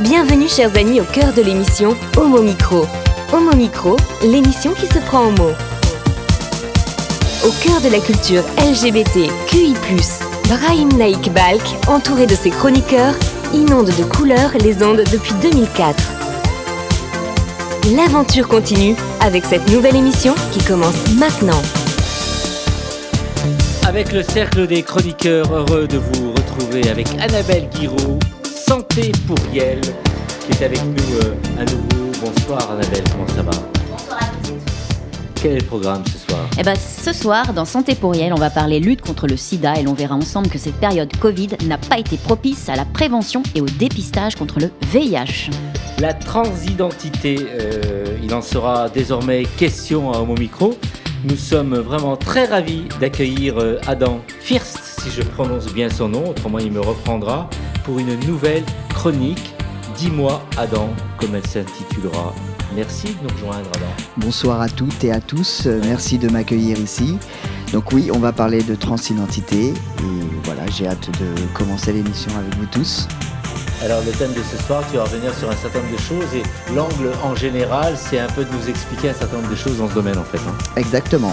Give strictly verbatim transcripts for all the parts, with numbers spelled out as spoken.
Bienvenue chers amis au cœur de l'émission Homo Micro. Homo Micro, l'émission qui se prend en mots. Au cœur de la culture L G B T Q I plus, Brahim Naik Balk, entouré de ses chroniqueurs, inonde de couleurs les ondes depuis deux mille quatre. L'aventure continue avec cette nouvelle émission qui commence maintenant. Avec le cercle des chroniqueurs, heureux de vous retrouver avec Annabelle Guiraud, Santé pour Yel, qui est avec nous euh, à nouveau. Bonsoir Annabelle, comment ça va ? Bonsoir à toutes et tous. Quel est le programme ce soir ? Eh ben, ce soir, dans Santé pour Yel, on va parler lutte contre le sida et l'on verra ensemble que cette période Covid n'a pas été propice à la prévention et au dépistage contre le V I H. La transidentité, euh, il en sera désormais question à Homo Micro. Nous sommes vraiment très ravis d'accueillir euh, Adam First, si je prononce bien son nom, autrement il me reprendra, pour une nouvelle chronique. Dis-moi Adam, comme elle s'intitulera. Merci de nous rejoindre Adam. Bonsoir à toutes et à tous, euh, merci de m'accueillir ici. Donc oui, on va parler de transidentité et voilà, j'ai hâte de commencer l'émission avec vous tous. Alors le thème de ce soir, tu vas revenir sur un certain nombre de choses et l'angle en général, c'est un peu de nous expliquer un certain nombre de choses dans ce domaine en fait. Hein. Exactement.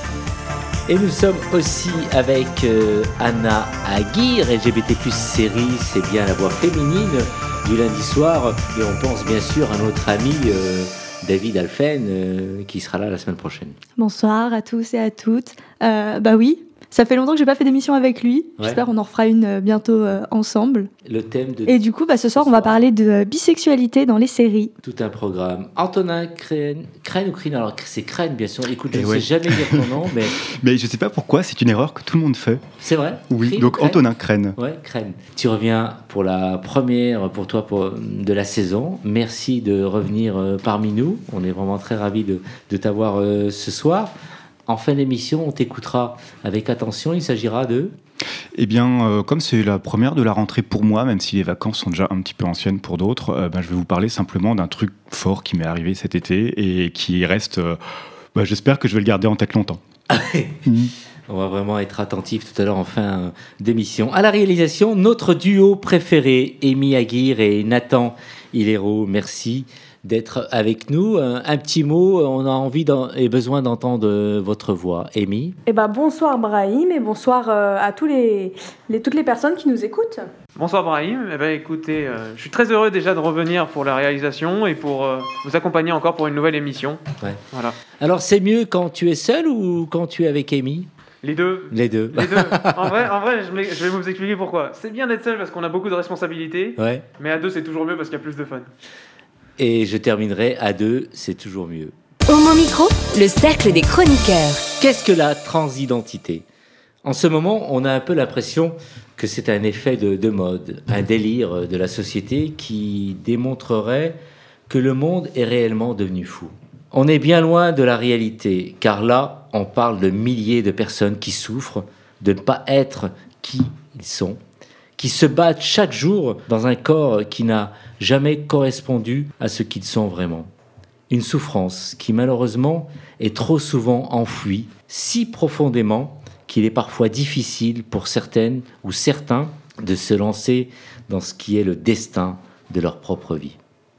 Et nous sommes aussi avec euh, Anna Aguirre, L G B T plus série, c'est bien la voix féminine du lundi soir. Et on pense bien sûr à notre ami euh, David Alphen euh, qui sera là la semaine prochaine. Bonsoir à tous et à toutes. Euh, bah oui. Ça fait longtemps que j'ai pas fait d'émission avec lui. Ouais. J'espère qu'on en refera une euh, bientôt euh, ensemble. Le thème de... Et du coup, bah, ce soir, on va parler de euh, bisexualité dans les séries. Tout un programme. Antonin Crène, Crène ou Crine, alors c'est Crène bien sûr. Écoute, je ne ouais. sais jamais dire ton nom, mais... mais je sais pas pourquoi, c'est une erreur que tout le monde fait. C'est vrai ? Oui, Crine, donc Crène. Antonin Crène. Ouais, Crène. Tu reviens pour la première, pour toi, pour, de la saison. Merci de revenir euh, parmi nous. On est vraiment très ravis de, de t'avoir euh, ce soir. En fin d'émission, on t'écoutera avec attention. Il s'agira de... Eh bien, euh, comme c'est la première de la rentrée pour moi, même si les vacances sont déjà un petit peu anciennes pour d'autres, euh, ben, je vais vous parler simplement d'un truc fort qui m'est arrivé cet été et qui reste... Euh, ben, j'espère que je vais le garder en tête longtemps. mmh. On va vraiment être attentifs tout à l'heure en fin d'émission. À la réalisation, notre duo préféré, Amy Aguirre et Nathan Hilero. Merci d'être avec nous. Un, un petit mot, on a envie et besoin d'entendre votre voix. Amy ? Eh ben, bonsoir Brahim et bonsoir euh, à tous les, les, toutes les personnes qui nous écoutent. Bonsoir Brahim, eh ben, écoutez, euh, je suis très heureux déjà de revenir pour la réalisation et pour euh, vous accompagner encore pour une nouvelle émission. Ouais. Voilà. Alors c'est mieux quand tu es seul ou quand tu es avec Amy ? Les deux. Les deux. Les deux. En vrai, en vrai je, je vais vous expliquer pourquoi. C'est bien d'être seul parce qu'on a beaucoup de responsabilités, ouais. mais à deux c'est toujours mieux parce qu'il y a plus de fun. Et je terminerai à deux, c'est toujours mieux. Homo Micro, le cercle des chroniqueurs. Qu'est-ce que la transidentité ? En ce moment, on a un peu l'impression que c'est un effet de, de mode, un délire de la société qui démontrerait que le monde est réellement devenu fou. On est bien loin de la réalité, car là, on parle de milliers de personnes qui souffrent de ne pas être qui ils sont, qui se battent chaque jour dans un corps qui n'a jamais correspondu à ce qu'ils sont vraiment. Une souffrance qui malheureusement est trop souvent enfouie, si profondément qu'il est parfois difficile pour certaines ou certains de se lancer dans ce qui est le destin de leur propre vie.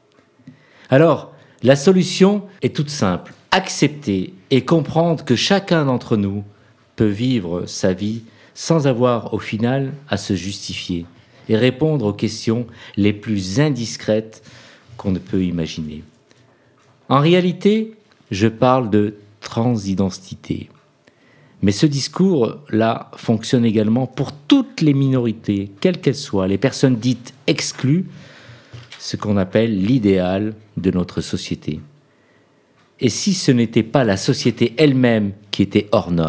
Alors, la solution est toute simple, accepter et comprendre que chacun d'entre nous peut vivre sa vie sans avoir au final à se justifier et répondre aux questions les plus indiscrètes qu'on ne peut imaginer. En réalité, je parle de transidentité. Mais ce discours-là fonctionne également pour toutes les minorités, quelles qu'elles soient, les personnes dites exclues, ce qu'on appelle l'idéal de notre société. Et si ce n'était pas la société elle-même qui était hors norme ?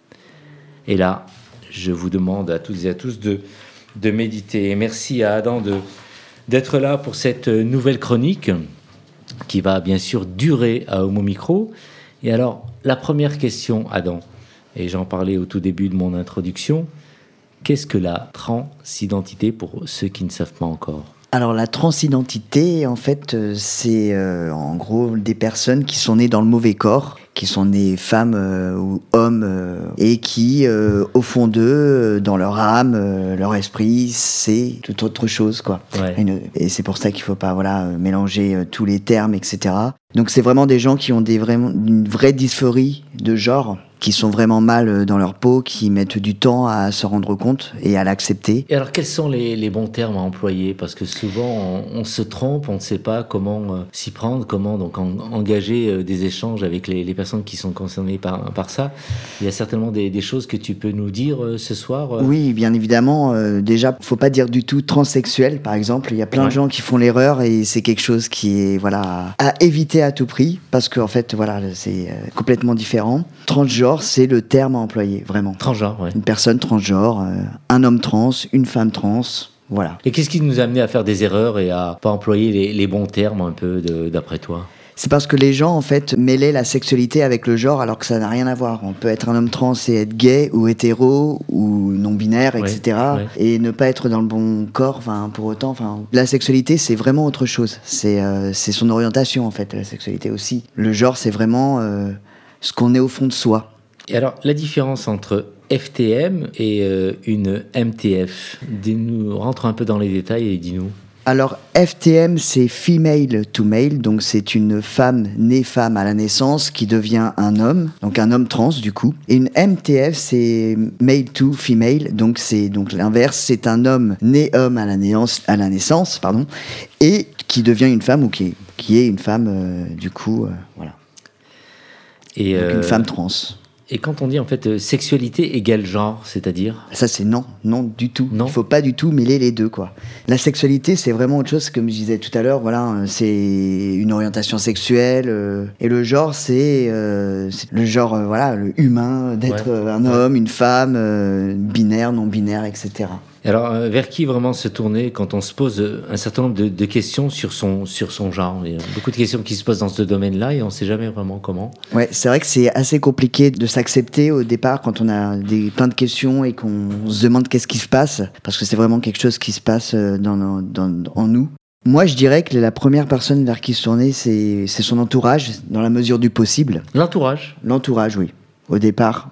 Et là, je vous demande à toutes et à tous de, de méditer. Et merci à Adam de, d'être là pour cette nouvelle chronique qui va bien sûr durer à Homo Micro. Et alors, la première question, Adam, et j'en parlais au tout début de mon introduction, qu'est-ce que la transidentité pour ceux qui ne savent pas encore ? Alors la transidentité, en fait, c'est euh, en gros des personnes qui sont nées dans le mauvais corps, qui sont nées femmes euh, ou hommes, euh, et qui, euh, au fond d'eux, dans leur âme, euh, leur esprit, c'est tout autre chose, quoi. Ouais. Une- et c'est pour ça qu'il faut pas, voilà, mélanger euh, tous les termes, et cetera. Donc c'est vraiment des gens qui ont des vraiment, une vraie dysphorie de genre, qui sont vraiment mal dans leur peau, qui mettent du temps à se rendre compte et à l'accepter. Et alors, quels sont les, les bons termes à employer? Parce que souvent, on, on se trompe, on ne sait pas comment euh, s'y prendre, comment donc en- engager euh, des échanges avec les, les personnes qui sont concernées par, par ça. Il y a certainement des, des choses que tu peux nous dire euh, ce soir. euh. Oui, bien évidemment. Euh, déjà, faut pas dire du tout transsexuel, par exemple. Il y a plein Ouais. de gens qui font l'erreur et c'est quelque chose qui est voilà à éviter à tout prix parce qu'en fait, voilà, c'est euh, complètement différent. Transgenre, c'est le terme à employer, vraiment. Transgenre, ouais. Une personne transgenre, euh, un homme trans, une femme trans, voilà. Et qu'est-ce qui nous a amené à faire des erreurs et à pas employer les, les bons termes un peu de- d'après toi? C'est parce que les gens, en fait, mêlaient la sexualité avec le genre alors que ça n'a rien à voir. On peut être un homme trans et être gay ou hétéro ou non-binaire, Ouais, et cetera. ouais. Et ne pas être dans le bon corps, enfin, pour autant. Enfin, la sexualité, c'est vraiment autre chose. C'est euh, c'est son orientation, en fait, la sexualité aussi. Le genre, c'est vraiment euh, ce qu'on est au fond de soi. Et alors, la différence entre F T M et euh, une M T F, dis-nous, rentre un peu dans les détails et dis-nous. Alors, F T M, c'est female to male, donc c'est une femme née femme à la naissance qui devient un homme, donc un homme trans du coup. Et une M T F, c'est male to female, donc c'est donc l'inverse, c'est un homme né homme à la naissance, à la naissance, pardon, et qui devient une femme ou qui est, qui est une femme euh, du coup, euh, voilà, Et, donc euh, une femme trans. et quand on dit en fait euh, sexualité égale genre, c'est-à-dire? Ça, c'est non, non du tout. Non. Il faut pas du tout mêler les deux, quoi. La sexualité, c'est vraiment autre chose, comme je disais tout à l'heure. Voilà, euh, c'est une orientation sexuelle, euh, et le genre, c'est euh, c'est le genre, euh, voilà, le humain, d'être Ouais. euh, un homme, une femme, euh, binaire, non binaire, et cetera. Et alors, euh, vers qui vraiment se tourner quand on se pose euh, un certain nombre de, de questions sur son, sur son genre? Il y a beaucoup de questions qui se posent dans ce domaine-là et on ne sait jamais vraiment comment. Ouais, c'est vrai que c'est assez compliqué de s'accepter au départ quand on a des, plein de questions et qu'on se demande qu'est-ce qui se passe, parce que c'est vraiment quelque chose qui se passe euh, dans, dans, dans- en nous. Moi, je dirais que la première personne vers qui se tourner, c'est c'est son entourage, dans la mesure du possible. L'entourage. L'entourage, oui, au départ.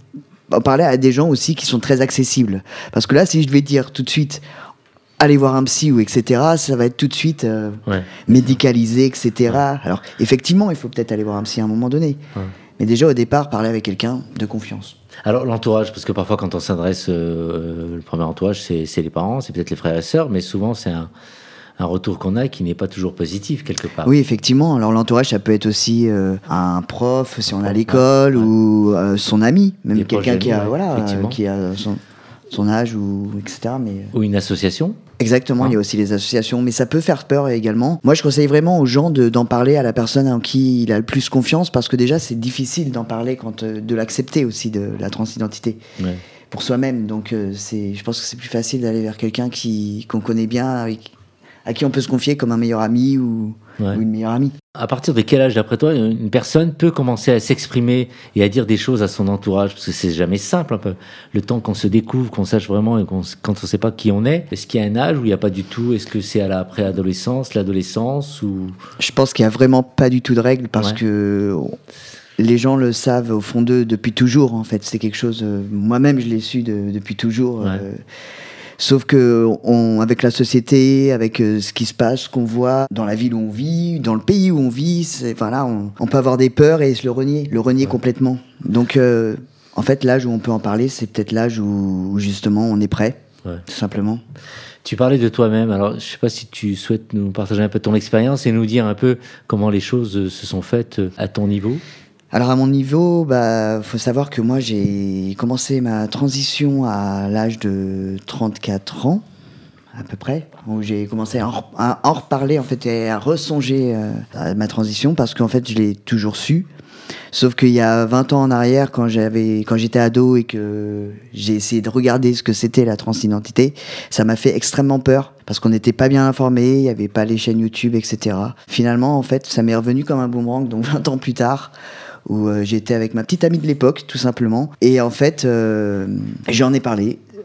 En parler à des gens aussi qui sont très accessibles. Parce que là, si je devais dire tout de suite, allez voir un psy ou et cetera, ça va être tout de suite euh, Ouais. médicalisé, et cetera. Alors, effectivement, il faut peut-être aller voir un psy à un moment donné. Ouais. Mais déjà, au départ, parler avec quelqu'un de confiance. Alors, l'entourage, parce que parfois, quand on s'adresse, euh, le premier entourage, c'est c'est les parents, c'est peut-être les frères et sœurs, mais souvent, c'est un, un retour qu'on a qui n'est pas toujours positif, quelque part. Oui, effectivement. Alors, l'entourage, ça peut être aussi euh, un prof, si on est à Ouais, l'école, ouais. ou euh, son ami, même Des quelqu'un proches qui a, amis, ouais, voilà, euh, effectivement. qui a son, son âge, ou et cetera. Mais... Ou une association. Exactement, Ah. il y a aussi les associations, mais ça peut faire peur également. Moi, je conseille vraiment aux gens de- d'en parler à la personne en qui il a le plus confiance, parce que déjà, c'est difficile d'en parler, quand, euh, de l'accepter aussi, de la transidentité, Ouais. pour soi-même. Donc, euh, c'est, je pense que c'est plus facile d'aller vers quelqu'un qui, qu'on connaît bien, avec, à qui on peut se confier comme un meilleur ami ou, Ouais. ou une meilleure amie. À partir de quel âge, d'après toi, une personne peut commencer à s'exprimer et à dire des choses à son entourage? Parce que c'est jamais simple, un peu. Le temps qu'on se découvre, qu'on sache vraiment, et qu'on, s- quand on ne sait pas qui on est, est-ce qu'il y a un âge où il n'y a pas du tout? Est-ce que c'est à la préadolescence, l'adolescence ou... Je pense qu'il n'y a vraiment pas du tout de règles, parce Ouais. que les gens le savent au fond d'eux depuis toujours, en fait. C'est quelque chose... euh, moi-même, je l'ai su de- depuis toujours. Ouais. euh, Sauf que on, avec la société, avec euh, ce qui se passe, ce qu'on voit dans la ville où on vit, dans le pays où on vit, c'est, voilà, on, on peut avoir des peurs et se le renier, le renier Ouais. complètement. Donc, euh, en fait, l'âge où on peut en parler, c'est peut-être l'âge où, où justement on est prêt, Ouais. tout simplement. Tu parlais de toi-même, alors je ne sais pas si tu souhaites nous partager un peu ton expérience et nous dire un peu comment les choses euh, se sont faites euh, à ton niveau. Alors à mon niveau, bah, faut savoir que moi j'ai commencé ma transition à l'âge de trente-quatre ans, à peu près, où j'ai commencé à en, à en reparler en fait et à ressonger euh, à ma transition, parce qu'en fait je l'ai toujours su. Sauf qu'il y a vingt ans en arrière, quand j'avais, quand j'étais ado et que j'ai essayé de regarder ce que c'était la transidentité, ça m'a fait extrêmement peur, parce qu'on n'était pas bien informés, il n'y avait pas les chaînes YouTube, et cetera. Finalement, en fait, ça m'est revenu comme un boomerang, donc vingt ans plus tard, où euh, j'étais avec ma petite amie de l'époque, tout simplement. Et en fait, euh, j'en ai parlé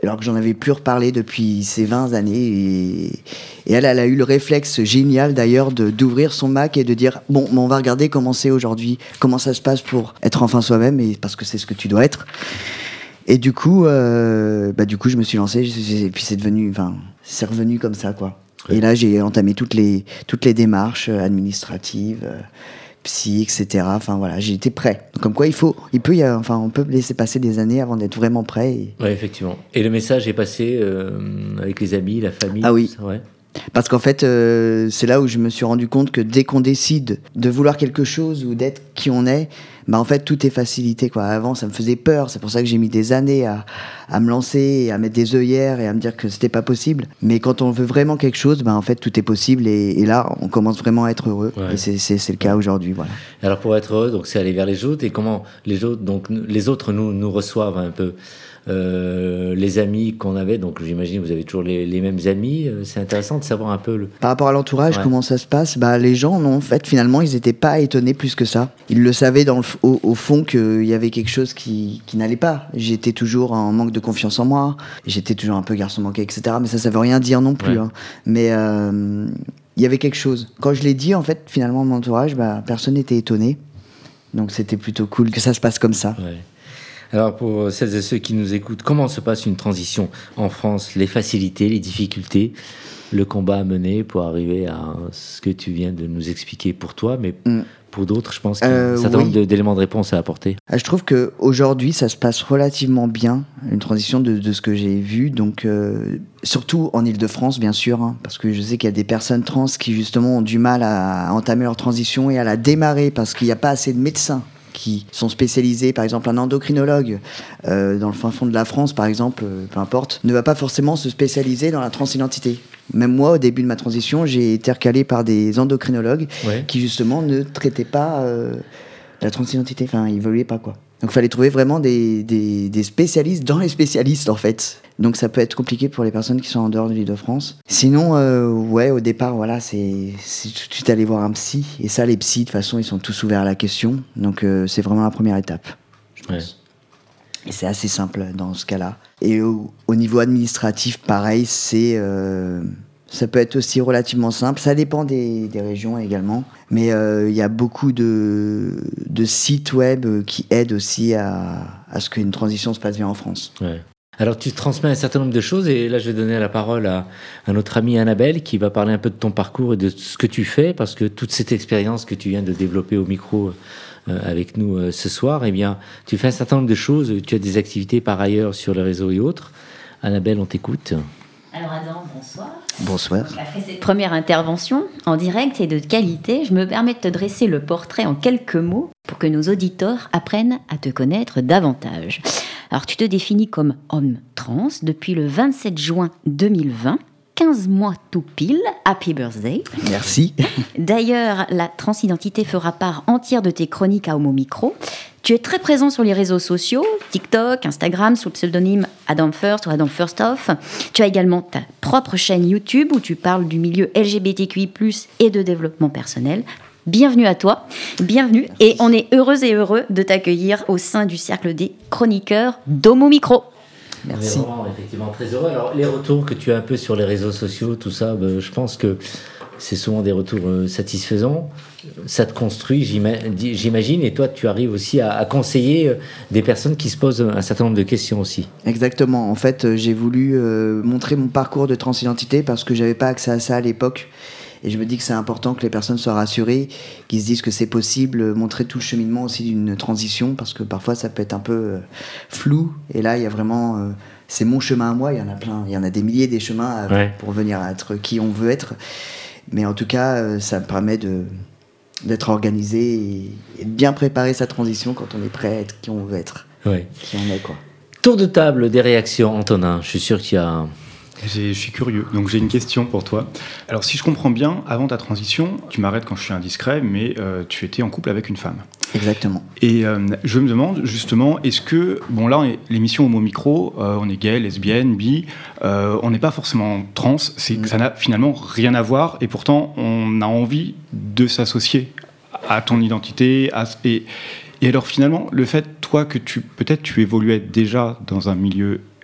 alors que j'en avais plus reparlé depuis ces vingt années. Et, et elle, elle a eu le réflexe génial d'ailleurs de, d'ouvrir son Mac et de dire bon, on va regarder comment c'est aujourd'hui, comment ça se passe pour être enfin soi-même, et parce que c'est ce que tu dois être. Et du coup, euh, bah, du coup, je me suis lancé, et puis c'est devenu, enfin, c'est revenu comme ça, quoi. Ouais. Et là, j'ai entamé toutes les, toutes les démarches administratives, euh, psy, et cetera. Enfin voilà, j'ai été prêt. Donc, comme quoi, il faut, il peut, y a, enfin, on peut laisser passer des années avant d'être vraiment prêt. Et... Oui, effectivement. Et le message est passé euh, avec les amis, la famille. Ah oui. Ça, ouais. Parce qu'en fait, euh, c'est là où je me suis rendu compte que dès qu'on décide de vouloir quelque chose ou d'être qui on est, bah en fait, tout est facilité, quoi. Avant, ça me faisait peur. C'est pour ça que j'ai mis des années à, à me lancer, et à mettre des œillères et à me dire que c'était pas possible. Mais quand on veut vraiment quelque chose, bah en fait, tout est possible. Et, et là, on commence vraiment à être heureux. Ouais. Et c'est, c'est, c'est le cas aujourd'hui, voilà. Alors, pour être heureux, donc, c'est aller vers les autres. Et comment les autres, donc, les autres nous, nous reçoivent un peu. Euh, les amis qu'on avait, donc j'imagine que vous avez toujours les, les mêmes amis. C'est intéressant de savoir un peu le... Par rapport à l'entourage, ouais. Comment ça se passe, bah, les gens, non, en fait, finalement, ils n'étaient pas étonnés plus que ça. Ils le savaient dans le, au, au fond qu'il y avait quelque chose qui, qui n'allait pas. J'étais toujours en manque de confiance en moi, j'étais toujours un peu garçon manqué, et cetera. Mais ça, ça veut rien dire non plus. Ouais. Hein. Mais euh, il y avait quelque chose. Quand je l'ai dit, en fait, finalement, mon entourage, bah, personne n'était étonné. Donc c'était plutôt cool que ça se passe comme ça. Ouais. Alors, pour celles et ceux qui nous écoutent, comment se passe une transition en France? Les facilités, les difficultés, le combat à mener pour arriver à ce que tu viens de nous expliquer pour toi, mais mm. pour d'autres, je pense qu'il y a euh, un certain oui. nombre d'éléments de réponse à apporter. Je trouve qu'aujourd'hui, ça se passe relativement bien, une transition de, de ce que j'ai vu, donc euh, surtout en Ile-de-France, bien sûr, hein, parce que je sais qu'il y a des personnes trans qui, justement, ont du mal à, à entamer leur transition et à la démarrer parce qu'il n'y a pas assez de médecins qui sont spécialisés, par exemple un endocrinologue euh, dans le fin fond de la France, par exemple, euh, peu importe, ne va pas forcément se spécialiser dans la transidentité. Même moi, au début de ma transition, j'ai été recalé par des endocrinologues ouais. qui justement ne traitaient pas euh, la transidentité, enfin ils ne voulaient pas, quoi. Donc il fallait trouver vraiment des, des, des spécialistes dans les spécialistes, en fait. Donc ça peut être compliqué pour les personnes qui sont en dehors de l'Île-de-France. Sinon, euh, ouais, au départ, voilà, c'est, c'est tout de suite aller voir un psy. Et ça, les psys, de toute façon, ils sont tous ouverts à la question. Donc euh, c'est vraiment la première étape, je pense. Ouais. Et c'est assez simple dans ce cas-là. Et au, au niveau administratif, pareil, c'est... Euh, ça peut être aussi relativement simple. Ça dépend des, des régions également. Mais il euh, y a beaucoup de, de sites web qui aident aussi à, à ce qu'une transition se passe bien en France. Ouais. Alors, tu transmets un certain nombre de choses, et là, je vais donner la parole à, à notre amie Annabelle, qui va parler un peu de ton parcours et de ce que tu fais, parce que toute cette expérience que tu viens de développer au micro euh, avec nous euh, ce soir, eh bien, tu fais un certain nombre de choses, tu as des activités par ailleurs sur les réseaux et autres. Annabelle, on t'écoute. Alors Adam, bonsoir. Bonsoir. Donc, après cette première intervention en direct et de qualité, je me permets de te dresser le portrait en quelques mots pour que nos auditeurs apprennent à te connaître davantage. Alors tu te définis comme homme trans depuis le vingt-sept juin deux mille vingt, quinze mois tout pile. Happy birthday. Merci. D'ailleurs, la transidentité fera part entière de tes chroniques à Homo Micro. Tu es très présent sur les réseaux sociaux, TikTok, Instagram, sous le pseudonyme Adam First ou Adam First Off. Tu as également ta propre chaîne YouTube où tu parles du milieu L G B T Q I plus, et de développement personnel. Bienvenue à toi, bienvenue. Merci. Et on est heureux et heureux de t'accueillir au sein du cercle des chroniqueurs d'Homo Micro. Merci. On est vraiment, effectivement, très heureux. Alors, les retours que tu as un peu sur les réseaux sociaux, tout ça, ben, je pense que c'est souvent des retours euh, satisfaisants. Ça te construit, j'imagine, et toi, tu arrives aussi à, à conseiller euh, des personnes qui se posent un certain nombre de questions aussi. Exactement. En fait, euh, j'ai voulu euh, montrer mon parcours de transidentité parce que j'avais pas accès à ça à l'époque. Et je me dis que c'est important que les personnes soient rassurées, qu'ils se disent que c'est possible, montrer tout le cheminement aussi d'une transition, parce que parfois ça peut être un peu euh, flou. Et là, il y a vraiment... Euh, c'est mon chemin à moi, il y en a plein. Il y en a des milliers des chemins à, ouais. pour venir à être qui on veut être. Mais en tout cas, euh, ça me permet de, d'être organisé et, et de bien préparer sa transition quand on est prêt à être qui on veut être. Ouais. Qui on est, quoi. Tour de table des réactions, Antonin. Je suis sûr qu'il y a... J'ai, je suis curieux, donc j'ai une question pour toi. Alors si je comprends bien, avant ta transition, tu m'arrêtes quand je suis indiscret, mais euh, tu étais en couple avec une femme. Exactement. Et euh, je me demande justement, est-ce que, bon là, on est, l'émission Homo Micro, euh, on est gay, lesbienne, bi, euh, on n'est pas forcément trans, c'est, mmh. ça n'a finalement rien à voir, et pourtant on a envie de s'associer à ton identité, à, et, et alors finalement, le fait, toi, que tu, peut-être tu évoluais déjà dans un milieu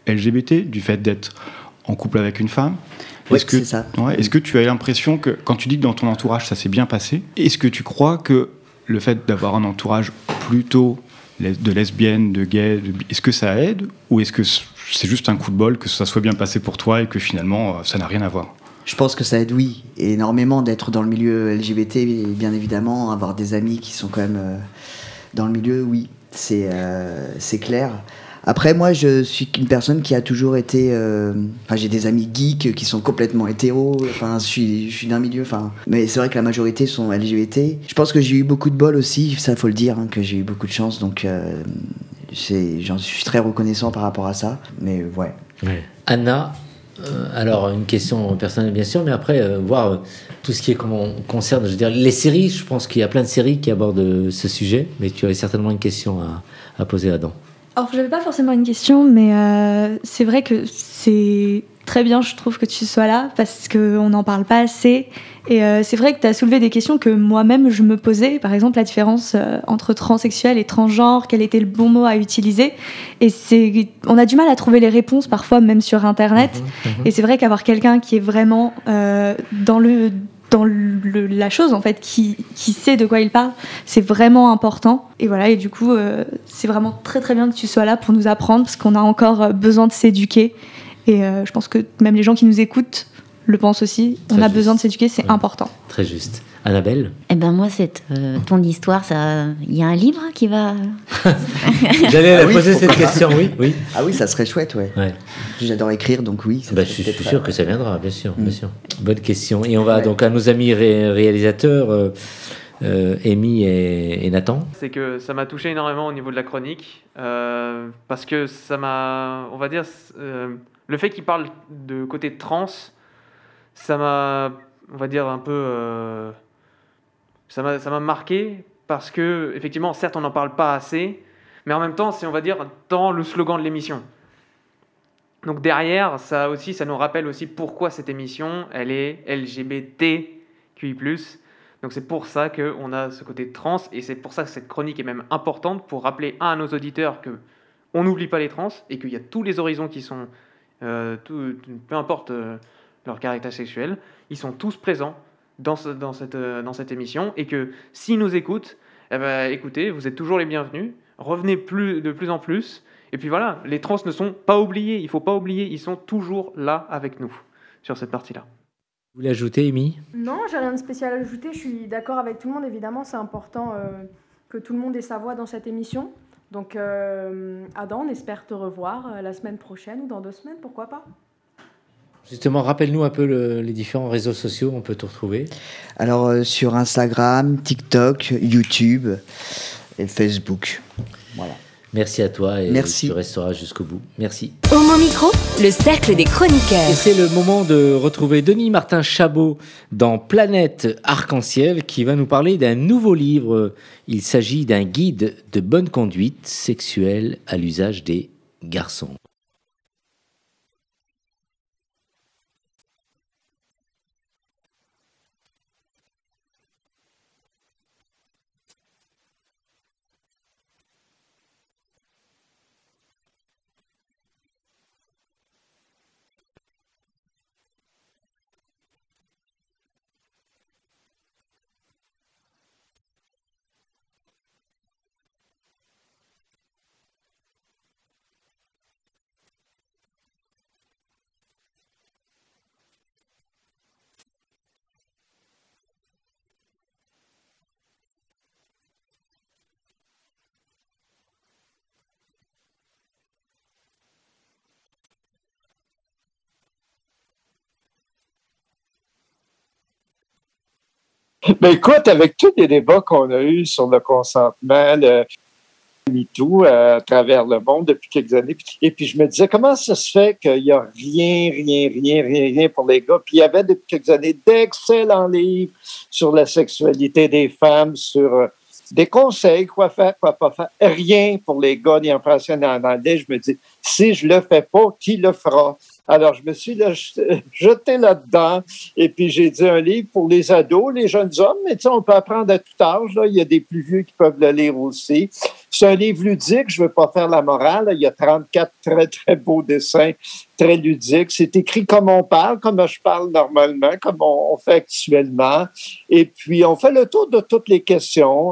L G B T, du fait d'être en couple avec une femme. Oui, est-ce que, c'est ça. Ouais, est-ce que tu as l'impression que, quand tu dis que dans ton entourage ça s'est bien passé, est-ce que tu crois que le fait d'avoir un entourage plutôt de lesbiennes, de gays, de... est-ce que ça aide ou est-ce que c'est juste un coup de bol que ça soit bien passé pour toi et que finalement ça n'a rien à voir? Je pense que ça aide, oui, énormément d'être dans le milieu L G B T, et bien évidemment, avoir des amis qui sont quand même euh, dans le milieu, oui, c'est, euh, c'est clair. Après, moi, je suis une personne qui a toujours été... Euh, enfin, j'ai des amis geeks qui sont complètement hétéros, enfin, je suis, je suis d'un milieu, enfin... Mais c'est vrai que la majorité sont L G B T. Je pense que j'ai eu beaucoup de bol aussi, ça, faut le dire, hein, que j'ai eu beaucoup de chance, donc euh, c'est, j'en suis très reconnaissant par rapport à ça, mais ouais. ouais. Anna, euh, alors, une question personnelle, bien sûr, mais après, euh, voir euh, tout ce qui est comment concerne, je veux dire, les séries, je pense qu'il y a plein de séries qui abordent ce sujet, mais tu avais certainement une question à, à poser à Adam. Alors, je n'avais pas forcément une question, mais euh, c'est vrai que c'est très bien, je trouve, que tu sois là, parce qu'on n'en parle pas assez. Et euh, c'est vrai que tu as soulevé des questions que moi-même, je me posais. Par exemple, la différence euh, entre transsexuel et transgenre, quel était le bon mot à utiliser. Et c'est, on a du mal à trouver les réponses, parfois, même sur Internet. Mmh, mmh. Et c'est vrai qu'avoir quelqu'un qui est vraiment euh, dans le... dans le, la chose en fait, qui, qui sait de quoi il parle, c'est vraiment important. Et voilà, et du coup, euh, c'est vraiment très très bien que tu sois là pour nous apprendre, parce qu'on a encore besoin de s'éduquer. Et euh, je pense que même les gens qui nous écoutent le pensent aussi. Très on a juste. besoin de s'éduquer, c'est oui. important. Très juste. Annabelle ? Eh ben moi, cette, euh, ton histoire, ça, il y a un livre qui va... J'allais ah la oui, poser cette question, oui, oui. Ah oui, ça serait chouette, ouais. ouais. J'adore écrire, donc oui. Bah, je suis sûr que ça viendra, bien sûr, mm. bien sûr. Bonne question. Et on va ouais. donc à nos amis ré- réalisateurs, euh, euh, Amy et, et Nathan. C'est que ça m'a touché énormément au niveau de la chronique, euh, parce que ça m'a, on va dire, euh, le fait qu'il parle de côté trans, ça m'a, on va dire, un peu... Euh, Ça m'a, ça m'a marqué parce que, effectivement, certes, on n'en parle pas assez, mais en même temps, c'est, on va dire, dans le slogan de l'émission. Donc derrière, ça aussi, ça nous rappelle aussi pourquoi cette émission, elle est L G B T Q I plus. Donc c'est pour ça qu'on a ce côté trans, et c'est pour ça que cette chronique est même importante, pour rappeler un, à nos auditeurs qu'on n'oublie pas les trans, et qu'il y a tous les horizons qui sont, euh, tout, peu importe euh, leur caractère sexuel, ils sont tous présents Dans, ce, dans, cette, euh, dans cette émission, et que s'ils nous écoutent, eh ben, écoutez, vous êtes toujours les bienvenus, revenez plus, de plus en plus, et puis voilà, les trans ne sont pas oubliés, il ne faut pas oublier, ils sont toujours là avec nous, sur cette partie-là. Vous voulez ajouter, Amy ? Non, j'ai rien de spécial à ajouter, je suis d'accord avec tout le monde, évidemment, c'est important euh, que tout le monde ait sa voix dans cette émission, donc euh, Adam, on espère te revoir euh, la semaine prochaine, ou dans deux semaines, pourquoi pas ? Justement, rappelle-nous un peu le, les différents réseaux sociaux où on peut te retrouver. Alors, euh, sur Instagram, TikTok, YouTube et Facebook. Voilà. Merci à toi et Merci. Tu resteras jusqu'au bout. Merci. Homo Micro, le cercle des chroniqueurs. Et c'est le moment de retrouver Denis Martin Chabot dans Planète Arc-en-Ciel qui va nous parler d'un nouveau livre. Il s'agit d'un guide de bonne conduite sexuelle à l'usage des garçons. Ben écoute, avec tous les débats qu'on a eus sur le consentement, le MeToo euh, à travers le monde depuis quelques années, et puis je me disais, comment ça se fait qu'il n'y a rien, rien, rien, rien, rien pour les gars? Puis il y avait depuis quelques années d'excellents livres sur la sexualité des femmes, sur euh, des conseils, quoi faire, quoi pas faire. Rien pour les gars, ni en français, ni en anglais. Je me dis, si je le fais pas, qui le fera? Alors, je me suis là, jeté là-dedans et puis j'ai dit un livre pour les ados, les jeunes hommes, mais tu sais, on peut apprendre à tout âge. Là. Il y a des plus vieux qui peuvent le lire aussi. C'est un livre ludique, je ne veux pas faire la morale. Là. Il y a trente-quatre très, très beaux dessins, très ludiques. C'est écrit comme on parle, comme je parle normalement, comme on, on fait actuellement. Et puis, on fait le tour de toutes les questions.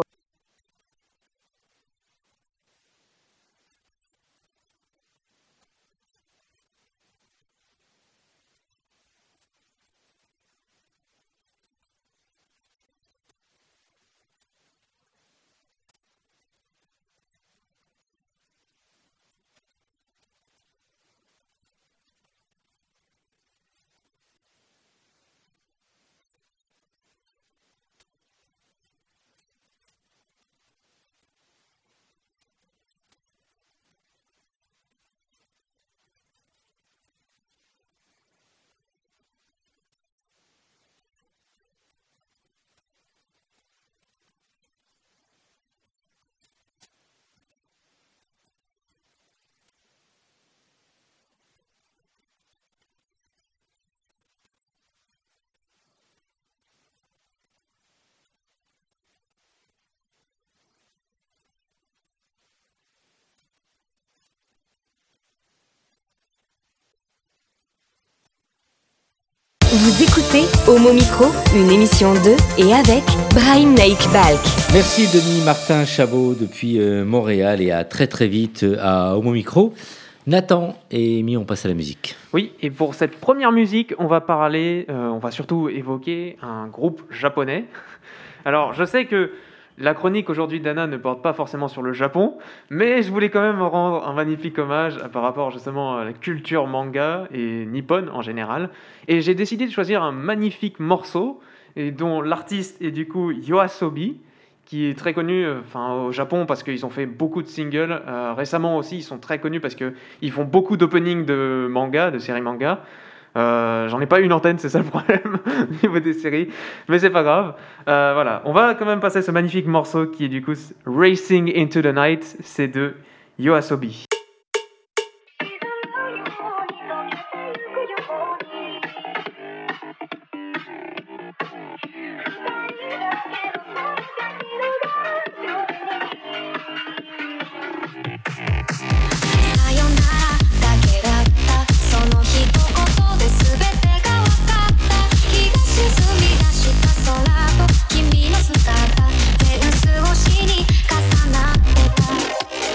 Vous écoutez Homo Micro, une émission de et avec Brahim Naik Balk. Merci Denis Martin Chabot depuis euh, Montréal et à très très vite euh, à Homo Micro. Nathan et Amy, on passe à la musique. Oui, et pour cette première musique, on va parler, euh, on va surtout évoquer un groupe japonais. Alors, je sais que la chronique aujourd'hui d'Anna ne porte pas forcément sur le Japon, mais je voulais quand même rendre un magnifique hommage par rapport justement à la culture manga et nippone en général. Et j'ai décidé de choisir un magnifique morceau et dont l'artiste est du coup YOASOBI, qui est très connu enfin, au Japon parce qu'ils ont fait beaucoup de singles. Euh, récemment aussi, ils sont très connus parce qu'ils font beaucoup d'openings de manga, de séries manga. Euh, j'en ai pas une antenne, c'est ça le problème au niveau des séries, mais c'est pas grave. Euh, voilà, on va quand même passer ce magnifique morceau qui est du coup Racing into the Night, c'est de YOASOBI.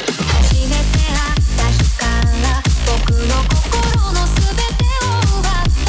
Thank you.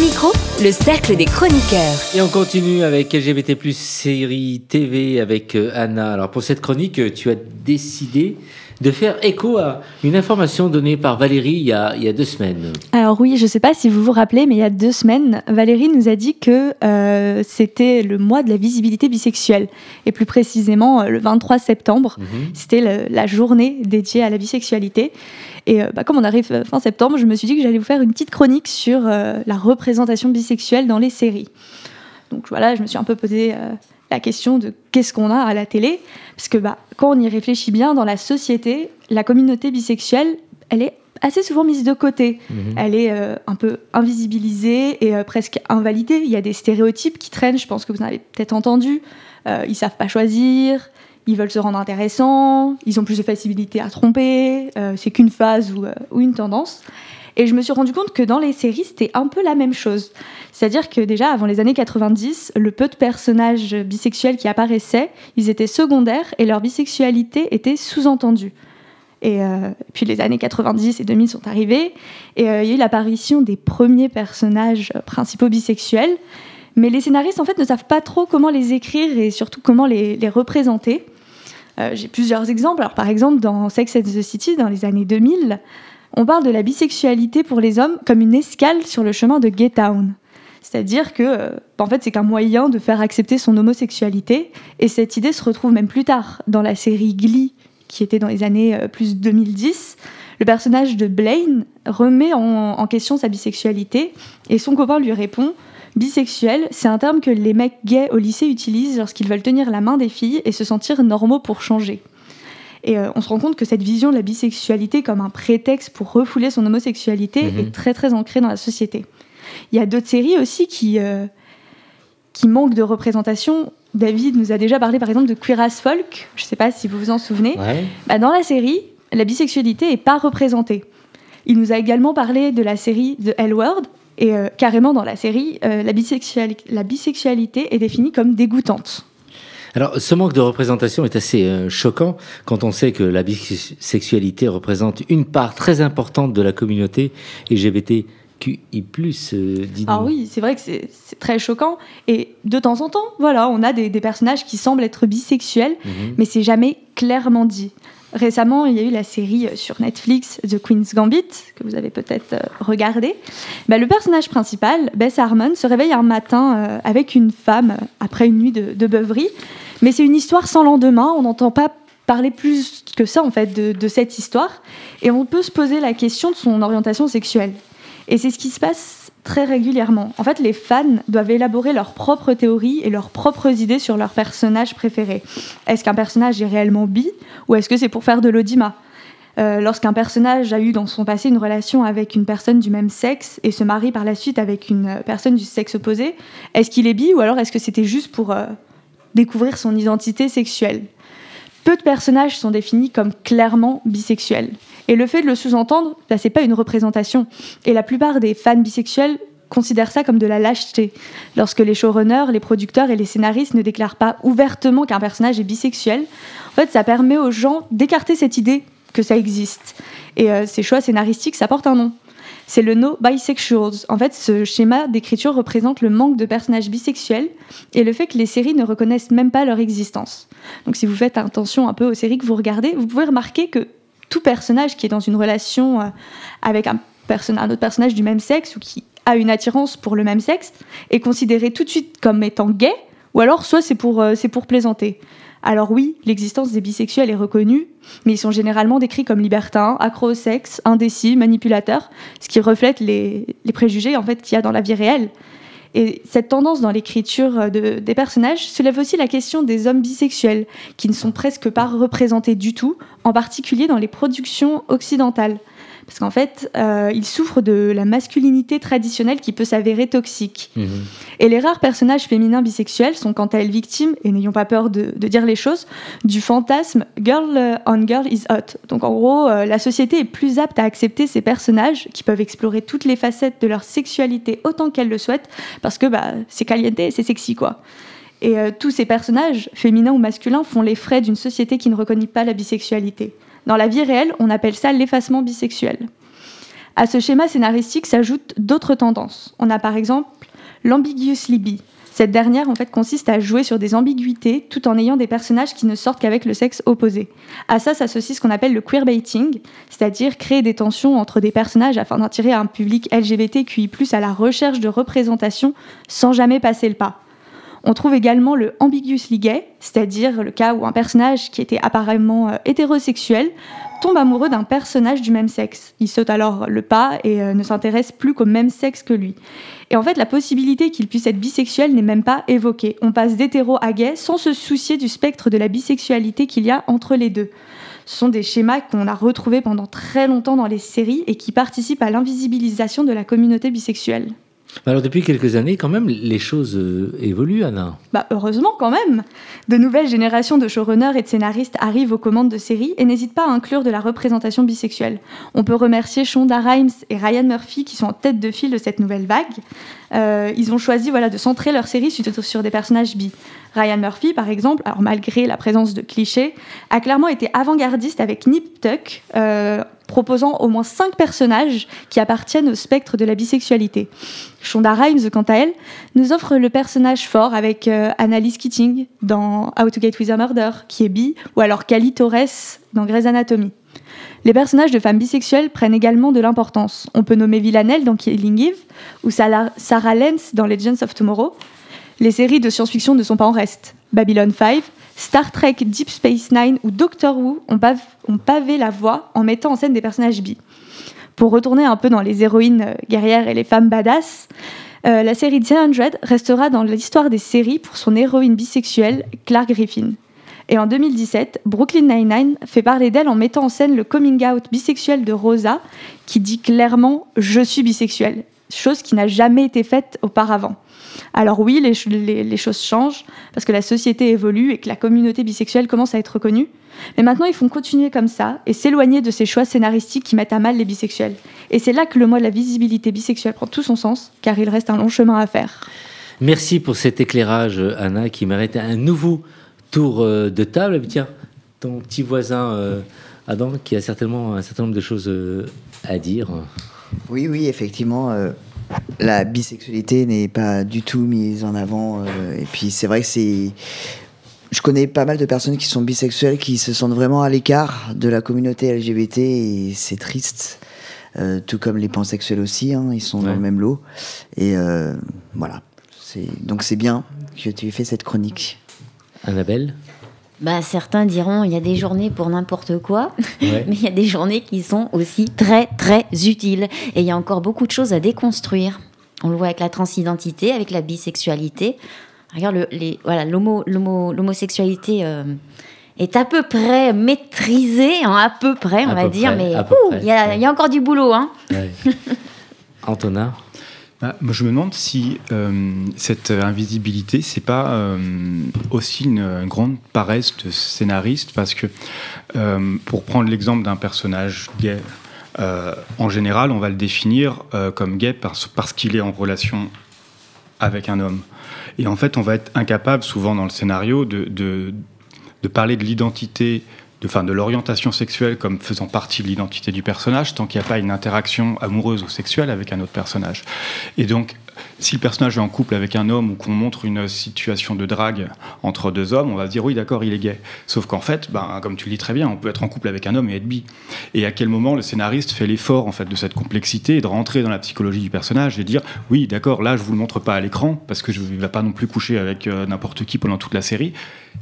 Micro, le cercle des chroniqueurs. Et on continue avec L G B T plus, série T V avec euh, Anna. Alors pour cette chronique, euh, tu as décidé de faire écho à une information donnée par Valérie il y a, il y a deux semaines. Alors oui, je ne sais pas si vous vous rappelez, mais il y a deux semaines, Valérie nous a dit que euh, c'était le mois de la visibilité bisexuelle. Et plus précisément, le vingt-trois septembre, mmh. c'était le, la journée dédiée à la bisexualité. Et euh, bah, comme on arrive fin septembre, je me suis dit que j'allais vous faire une petite chronique sur euh, la représentation bisexuelle dans les séries. Donc voilà, je me suis un peu posé euh, la question de qu'est-ce qu'on a à la télé. Parce que bah, quand on y réfléchit bien, dans la société, la communauté bisexuelle, elle est assez souvent mise de côté. Mmh. Elle est euh, un peu invisibilisée et euh, presque invalidée. Il y a des stéréotypes qui traînent, je pense que vous en avez peut-être entendu. Euh, ils ne savent pas choisir, ils veulent se rendre intéressants, ils ont plus de facilité à tromper, euh, c'est qu'une phase ou, euh, ou une tendance. Et je me suis rendu compte que dans les séries, c'était un peu la même chose. C'est-à-dire que déjà, avant les années quatre-vingt-dix, le peu de personnages bisexuels qui apparaissaient, ils étaient secondaires et leur bisexualité était sous-entendue. Et euh, puis les années quatre-vingt-dix et deux mille sont arrivées, et euh, il y a eu l'apparition des premiers personnages principaux bisexuels, mais les scénaristes, en fait, ne savent pas trop comment les écrire et surtout comment les, les représenter. Euh, j'ai plusieurs exemples. Alors, par exemple, dans Sex and the City, dans les années deux mille, on parle de la bisexualité pour les hommes comme une escale sur le chemin de Gay Town. C'est-à-dire que, euh, en fait, c'est qu'un moyen de faire accepter son homosexualité. Et cette idée se retrouve même plus tard dans la série Glee, qui était dans les années euh, plus deux mille dix. Le personnage de Blaine remet en, en question sa bisexualité et son copain lui répond « Bisexuel, c'est un terme que les mecs gays au lycée utilisent lorsqu'ils veulent tenir la main des filles et se sentir normaux pour changer. » Et euh, on se rend compte que cette vision de la bisexualité comme un prétexte pour refouler son homosexualité mmh. est très très ancrée dans la société. Il y a d'autres séries aussi qui, euh, qui manquent de représentation. David nous a déjà parlé par exemple de Queer as Folk, je ne sais pas si vous vous en souvenez. Ouais. Bah, dans la série, la bisexualité n'est pas représentée. Il nous a également parlé de la série The L Word, et euh, carrément dans la série, euh, la, bisexuali- la bisexualité est définie comme dégoûtante. Alors, ce manque de représentation est assez euh, choquant quand on sait que la bisexualité représente une part très importante de la communauté L G B T Q I plus, euh, dis-nous. Ah oui, c'est vrai que c'est, c'est très choquant. Et de temps en temps, voilà, on a des, des personnages qui semblent être bisexuels, mmh. mais c'est jamais clairement dit. Récemment, il y a eu la série sur Netflix, The Queen's Gambit, que vous avez peut-être euh, regardé. Bah, le personnage principal, Beth Harmon, se réveille un matin euh, avec une femme euh, après une nuit de, de beuverie. Mais c'est une histoire sans lendemain. On n'entend pas parler plus que ça, en fait, de, de cette histoire. Et on peut se poser la question de son orientation sexuelle. Et c'est ce qui se passe très régulièrement. En fait, les fans doivent élaborer leurs propres théories et leurs propres idées sur leur personnage préféré. Est-ce qu'un personnage est réellement bi ou est-ce que c'est pour faire de l'audimat ? euh, Lorsqu'un personnage a eu dans son passé une relation avec une personne du même sexe et se marie par la suite avec une personne du sexe opposé, est-ce qu'il est bi ou alors est-ce que c'était juste pour euh, découvrir son identité sexuelle ? Peu de personnages sont définis comme clairement bisexuels. Et le fait de le sous-entendre, bah, c'est pas une représentation. Et la plupart des fans bisexuels considèrent ça comme de la lâcheté. Lorsque les showrunners, les producteurs et les scénaristes ne déclarent pas ouvertement qu'un personnage est bisexuel, en fait, ça permet aux gens d'écarter cette idée que ça existe. Et euh, ces choix scénaristiques, ça porte un nom. C'est le no bisexuals. En fait, ce schéma d'écriture représente le manque de personnages bisexuels et le fait que les séries ne reconnaissent même pas leur existence. Donc si vous faites attention un peu aux séries que vous regardez, vous pouvez remarquer que tout personnage qui est dans une relation avec un, perso- un autre personnage du même sexe ou qui a une attirance pour le même sexe est considéré tout de suite comme étant gay, ou alors soit c'est pour, euh, c'est pour plaisanter. Alors oui, l'existence des bisexuels est reconnue, mais ils sont généralement décrits comme libertins, accros au sexe, indécis, manipulateurs, ce qui reflète les, les préjugés en fait, qu'il y a dans la vie réelle. Et cette tendance dans l'écriture de, des personnages soulève aussi la question des hommes bisexuels, qui ne sont presque pas représentés du tout, en particulier dans les productions occidentales. Parce qu'en fait, euh, ils souffrent de la masculinité traditionnelle qui peut s'avérer toxique. Mmh. Et les rares personnages féminins bisexuels sont quant à elles victimes, et n'ayons pas peur de, de dire les choses, du fantasme « girl on girl is hot ». Donc en gros, euh, la société est plus apte à accepter ces personnages qui peuvent explorer toutes les facettes de leur sexualité autant qu'elles le souhaitent, parce que bah, c'est caliente et c'est sexy, quoi. Et euh, tous ces personnages, féminins ou masculins, font les frais d'une société qui ne reconnaît pas la bisexualité. Dans la vie réelle, on appelle ça l'effacement bisexuel. À ce schéma scénaristique s'ajoutent d'autres tendances. On a par exemple l'ambiguously bi. Cette dernière, en fait, consiste à jouer sur des ambiguïtés tout en ayant des personnages qui ne sortent qu'avec le sexe opposé. À ça s'associe ce qu'on appelle le queerbaiting, c'est-à-dire créer des tensions entre des personnages afin d'attirer un public L G B T Q I plus, à la recherche de représentation sans jamais passer le pas. On trouve également le ambiguously gay, c'est-à-dire le cas où un personnage qui était apparemment euh, hétérosexuel tombe amoureux d'un personnage du même sexe. Il saute alors le pas et euh, ne s'intéresse plus qu'au même sexe que lui. Et en fait, la possibilité qu'il puisse être bisexuel n'est même pas évoquée. On passe d'hétéro à gay sans se soucier du spectre de la bisexualité qu'il y a entre les deux. Ce sont des schémas qu'on a retrouvés pendant très longtemps dans les séries et qui participent à l'invisibilisation de la communauté bisexuelle. Alors depuis quelques années, quand même, les choses euh, évoluent, Anna. Bah heureusement quand même. De nouvelles générations de showrunners et de scénaristes arrivent aux commandes de séries et n'hésitent pas à inclure de la représentation bisexuelle. On peut remercier Shonda Rhimes et Ryan Murphy qui sont en tête de file de cette nouvelle vague. Euh, ils ont choisi voilà, de centrer leur série sur, sur des personnages bi. Ryan Murphy, par exemple, alors malgré la présence de clichés, a clairement été avant-gardiste avec Nip Tuck, euh, proposant au moins cinq personnages qui appartiennent au spectre de la bisexualité. Shonda Rhimes, quant à elle, nous offre le personnage fort avec euh, Annalise Keating dans How to Get With a Murder, qui est bi, ou alors Cali Torres dans Grey's Anatomy. Les personnages de femmes bisexuelles prennent également de l'importance. On peut nommer Villanelle dans Killing Eve, ou Sarah, Sarah Lance dans Legends of Tomorrow. Les séries de science-fiction ne sont pas en reste. Babylon five, Star Trek, Deep Space Nine ou Doctor Who ont, pav- ont pavé la voie en mettant en scène des personnages bi. Pour retourner un peu dans les héroïnes guerrières et les femmes badass, euh, la série cent restera dans l'histoire des séries pour son héroïne bisexuelle, Clark Griffin. Et en deux mille dix-sept, Brooklyn Nine-Nine fait parler d'elle en mettant en scène le coming out bisexuel de Rosa, qui dit clairement « je suis bisexuelle », chose qui n'a jamais été faite auparavant. Alors oui, les, les, les choses changent, parce que la société évolue et que la communauté bisexuelle commence à être reconnue. Mais maintenant, ils font continuer comme ça et s'éloigner de ces choix scénaristiques qui mettent à mal les bisexuels. Et c'est là que le mot de la visibilité bisexuelle prend tout son sens, car il reste un long chemin à faire. Merci pour cet éclairage, Anna, qui mérite un nouveau tour de table. Et tiens, ton petit voisin euh, Adam, qui a certainement un certain nombre de choses euh, à dire. Oui, oui, effectivement, euh, la bisexualité n'est pas du tout mise en avant. Euh, et puis c'est vrai que c'est... Je connais pas mal de personnes qui sont bisexuelles, qui se sentent vraiment à l'écart de la communauté L G B T, et c'est triste. Euh, tout comme les pansexuels aussi, hein, ils sont ouais. dans le même lot. Et euh, voilà. C'est... Donc c'est bien que tu aies fait cette chronique. Annabelle ? Bah, certains diront il y a des journées pour n'importe quoi, ouais. mais il y a des journées qui sont aussi très très utiles. Et il y a encore beaucoup de choses à déconstruire. On le voit avec la transidentité, avec la bisexualité. Regarde, le, les, voilà, l'homo, l'homo, l'homosexualité euh, est à peu près maîtrisée, hein, à peu près, on à va dire, près, mais il y, ouais. y a encore du boulot. Hein. Ouais. Antonin ? Ah, moi, je me demande si euh, cette invisibilité, c'est pas euh, aussi une, une grande paresse de scénariste, parce que euh, pour prendre l'exemple d'un personnage gay, euh, en général, on va le définir euh, comme gay parce, parce qu'il est en relation avec un homme. Et en fait, on va être incapable, souvent dans le scénario, de, de, de parler de l'identité, de, enfin, de l'orientation sexuelle comme faisant partie de l'identité du personnage, tant qu'il n'y a pas une interaction amoureuse ou sexuelle avec un autre personnage. Et donc, si le personnage est en couple avec un homme ou qu'on montre une situation de drague entre deux hommes, on va se dire oui, d'accord, il est gay. Sauf qu'en fait, ben, comme tu le dis très bien, on peut être en couple avec un homme et être bi. Et à quel moment le scénariste fait l'effort en fait, de cette complexité et de rentrer dans la psychologie du personnage et dire oui, d'accord, là, je ne vous le montre pas à l'écran parce que je ne vais pas non plus coucher avec euh, n'importe qui pendant toute la série.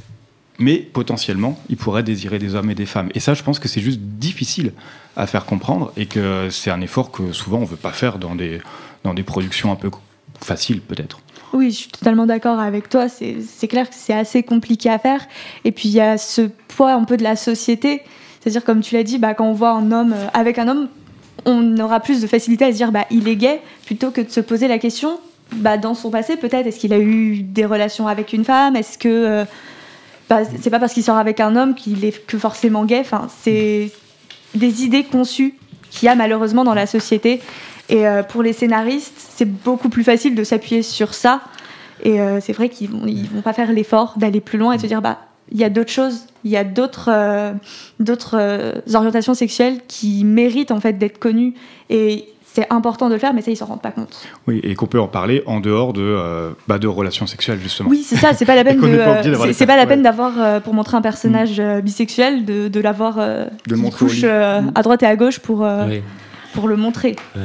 Mais potentiellement, il pourrait désirer des hommes et des femmes. Et ça, je pense que c'est juste difficile à faire comprendre et que c'est un effort que souvent on ne veut pas faire dans des, dans des productions un peu faciles, peut-être. Oui, je suis totalement d'accord avec toi. C'est, c'est clair que c'est assez compliqué à faire. Et puis, il y a ce poids un peu de la société. C'est-à-dire, comme tu l'as dit, bah, quand on voit un homme avec un homme, on aura plus de facilité à se dire bah, il est gay, plutôt que de se poser la question, bah, dans son passé, peut-être, est-ce qu'il a eu des relations avec une femme ? Est-ce que... Euh, Bah, c'est pas parce qu'il sort avec un homme qu'il est que forcément gay. Enfin, c'est des idées conçues qu'il y a malheureusement dans la société. Et euh, pour les scénaristes, c'est beaucoup plus facile de s'appuyer sur ça. Et euh, c'est vrai qu'ils vont, ils vont pas faire l'effort d'aller plus loin et de se dire bah, il y a d'autres choses, il y a d'autres, euh, d'autres euh, orientations sexuelles qui méritent en fait d'être connues et c'est important de le faire, mais ça, ils s'en rendent pas compte. Oui, et qu'on peut en parler en dehors de, euh, bah, de relations sexuelles, justement. Oui, c'est ça, c'est pas la peine, de, pas euh, c'est, c'est pas la peine d'avoir, euh, pour montrer un personnage mmh. euh, bisexuel, de, de l'avoir euh, de qui couche euh, mmh. à droite et à gauche pour, euh, oui. pour le montrer. Oui.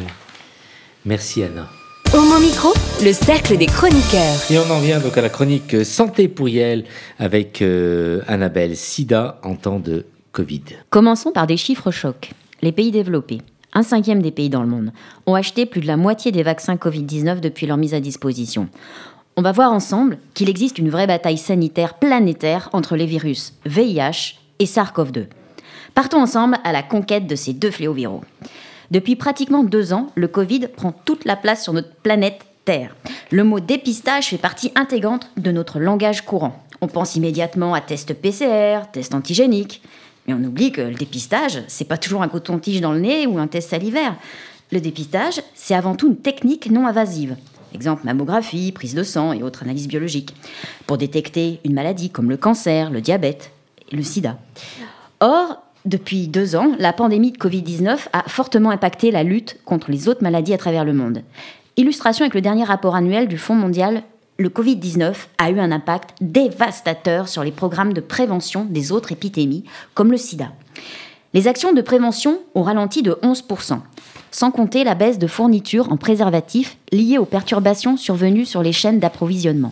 Merci Anna. Homo Micro, le cercle des chroniqueurs. Et on en vient donc à la chronique Santé Pourriel avec euh, Annabelle, sida en temps de Covid. Commençons par des chiffres chocs. Les pays développés, un cinquième des pays dans le monde, ont acheté plus de la moitié des vaccins covid dix-neuf depuis leur mise à disposition. On va voir ensemble qu'il existe une vraie bataille sanitaire planétaire entre les virus V I H et SARS-C o V deux. Partons ensemble à la conquête de ces deux fléaux viraux. Depuis pratiquement deux ans, le Covid prend toute la place sur notre planète Terre. Le mot dépistage fait partie intégrante de notre langage courant. On pense immédiatement à test P C R, test antigénique. Mais on oublie que le dépistage, c'est pas toujours un coton-tige dans le nez ou un test salivaire. Le dépistage, c'est avant tout une technique non invasive. Exemple, mammographie, prise de sang et autres analyses biologiques. Pour détecter une maladie comme le cancer, le diabète et le sida. Or, depuis deux ans, la pandémie de covid dix-neuf a fortement impacté la lutte contre les autres maladies à travers le monde. Illustration avec le dernier rapport annuel du Fonds mondial, le covid dix-neuf a eu un impact dévastateur sur les programmes de prévention des autres épidémies, comme le sida. Les actions de prévention ont ralenti de onze pour cent, sans compter la baisse de fournitures en préservatifs liée aux perturbations survenues sur les chaînes d'approvisionnement.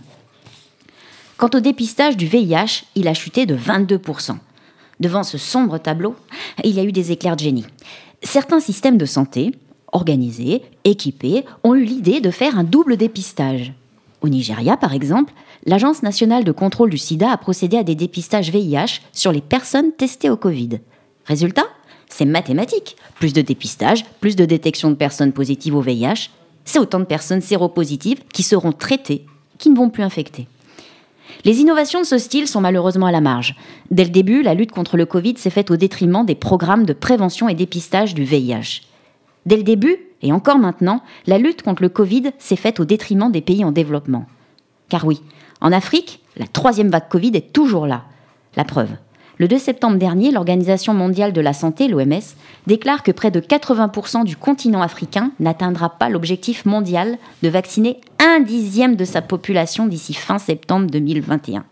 Quant au dépistage du V I H, il a chuté de vingt-deux pour cent. Devant ce sombre tableau, il y a eu des éclairs de génie. Certains systèmes de santé, organisés, équipés, ont eu l'idée de faire un double dépistage. Au Nigeria, par exemple, l'Agence nationale de contrôle du sida a procédé à des dépistages V I H sur les personnes testées au Covid. Résultat, c'est mathématique. Plus de dépistage, plus de détection de personnes positives au V I H, c'est autant de personnes séropositives qui seront traitées, qui ne vont plus infecter. Les innovations de ce style sont malheureusement à la marge. Dès le début, la lutte contre le Covid s'est faite au détriment des programmes de prévention et dépistage du V I H. Dès le début, et encore maintenant, la lutte contre le Covid s'est faite au détriment des pays en développement. Car oui, en Afrique, la troisième vague Covid est toujours là. La preuve. Le deux septembre dernier, l'Organisation mondiale de la santé, l'O M S, déclare que près de quatre-vingts pour cent du continent africain n'atteindra pas l'objectif mondial de vacciner un dixième de sa population d'ici fin septembre deux mille vingt et un.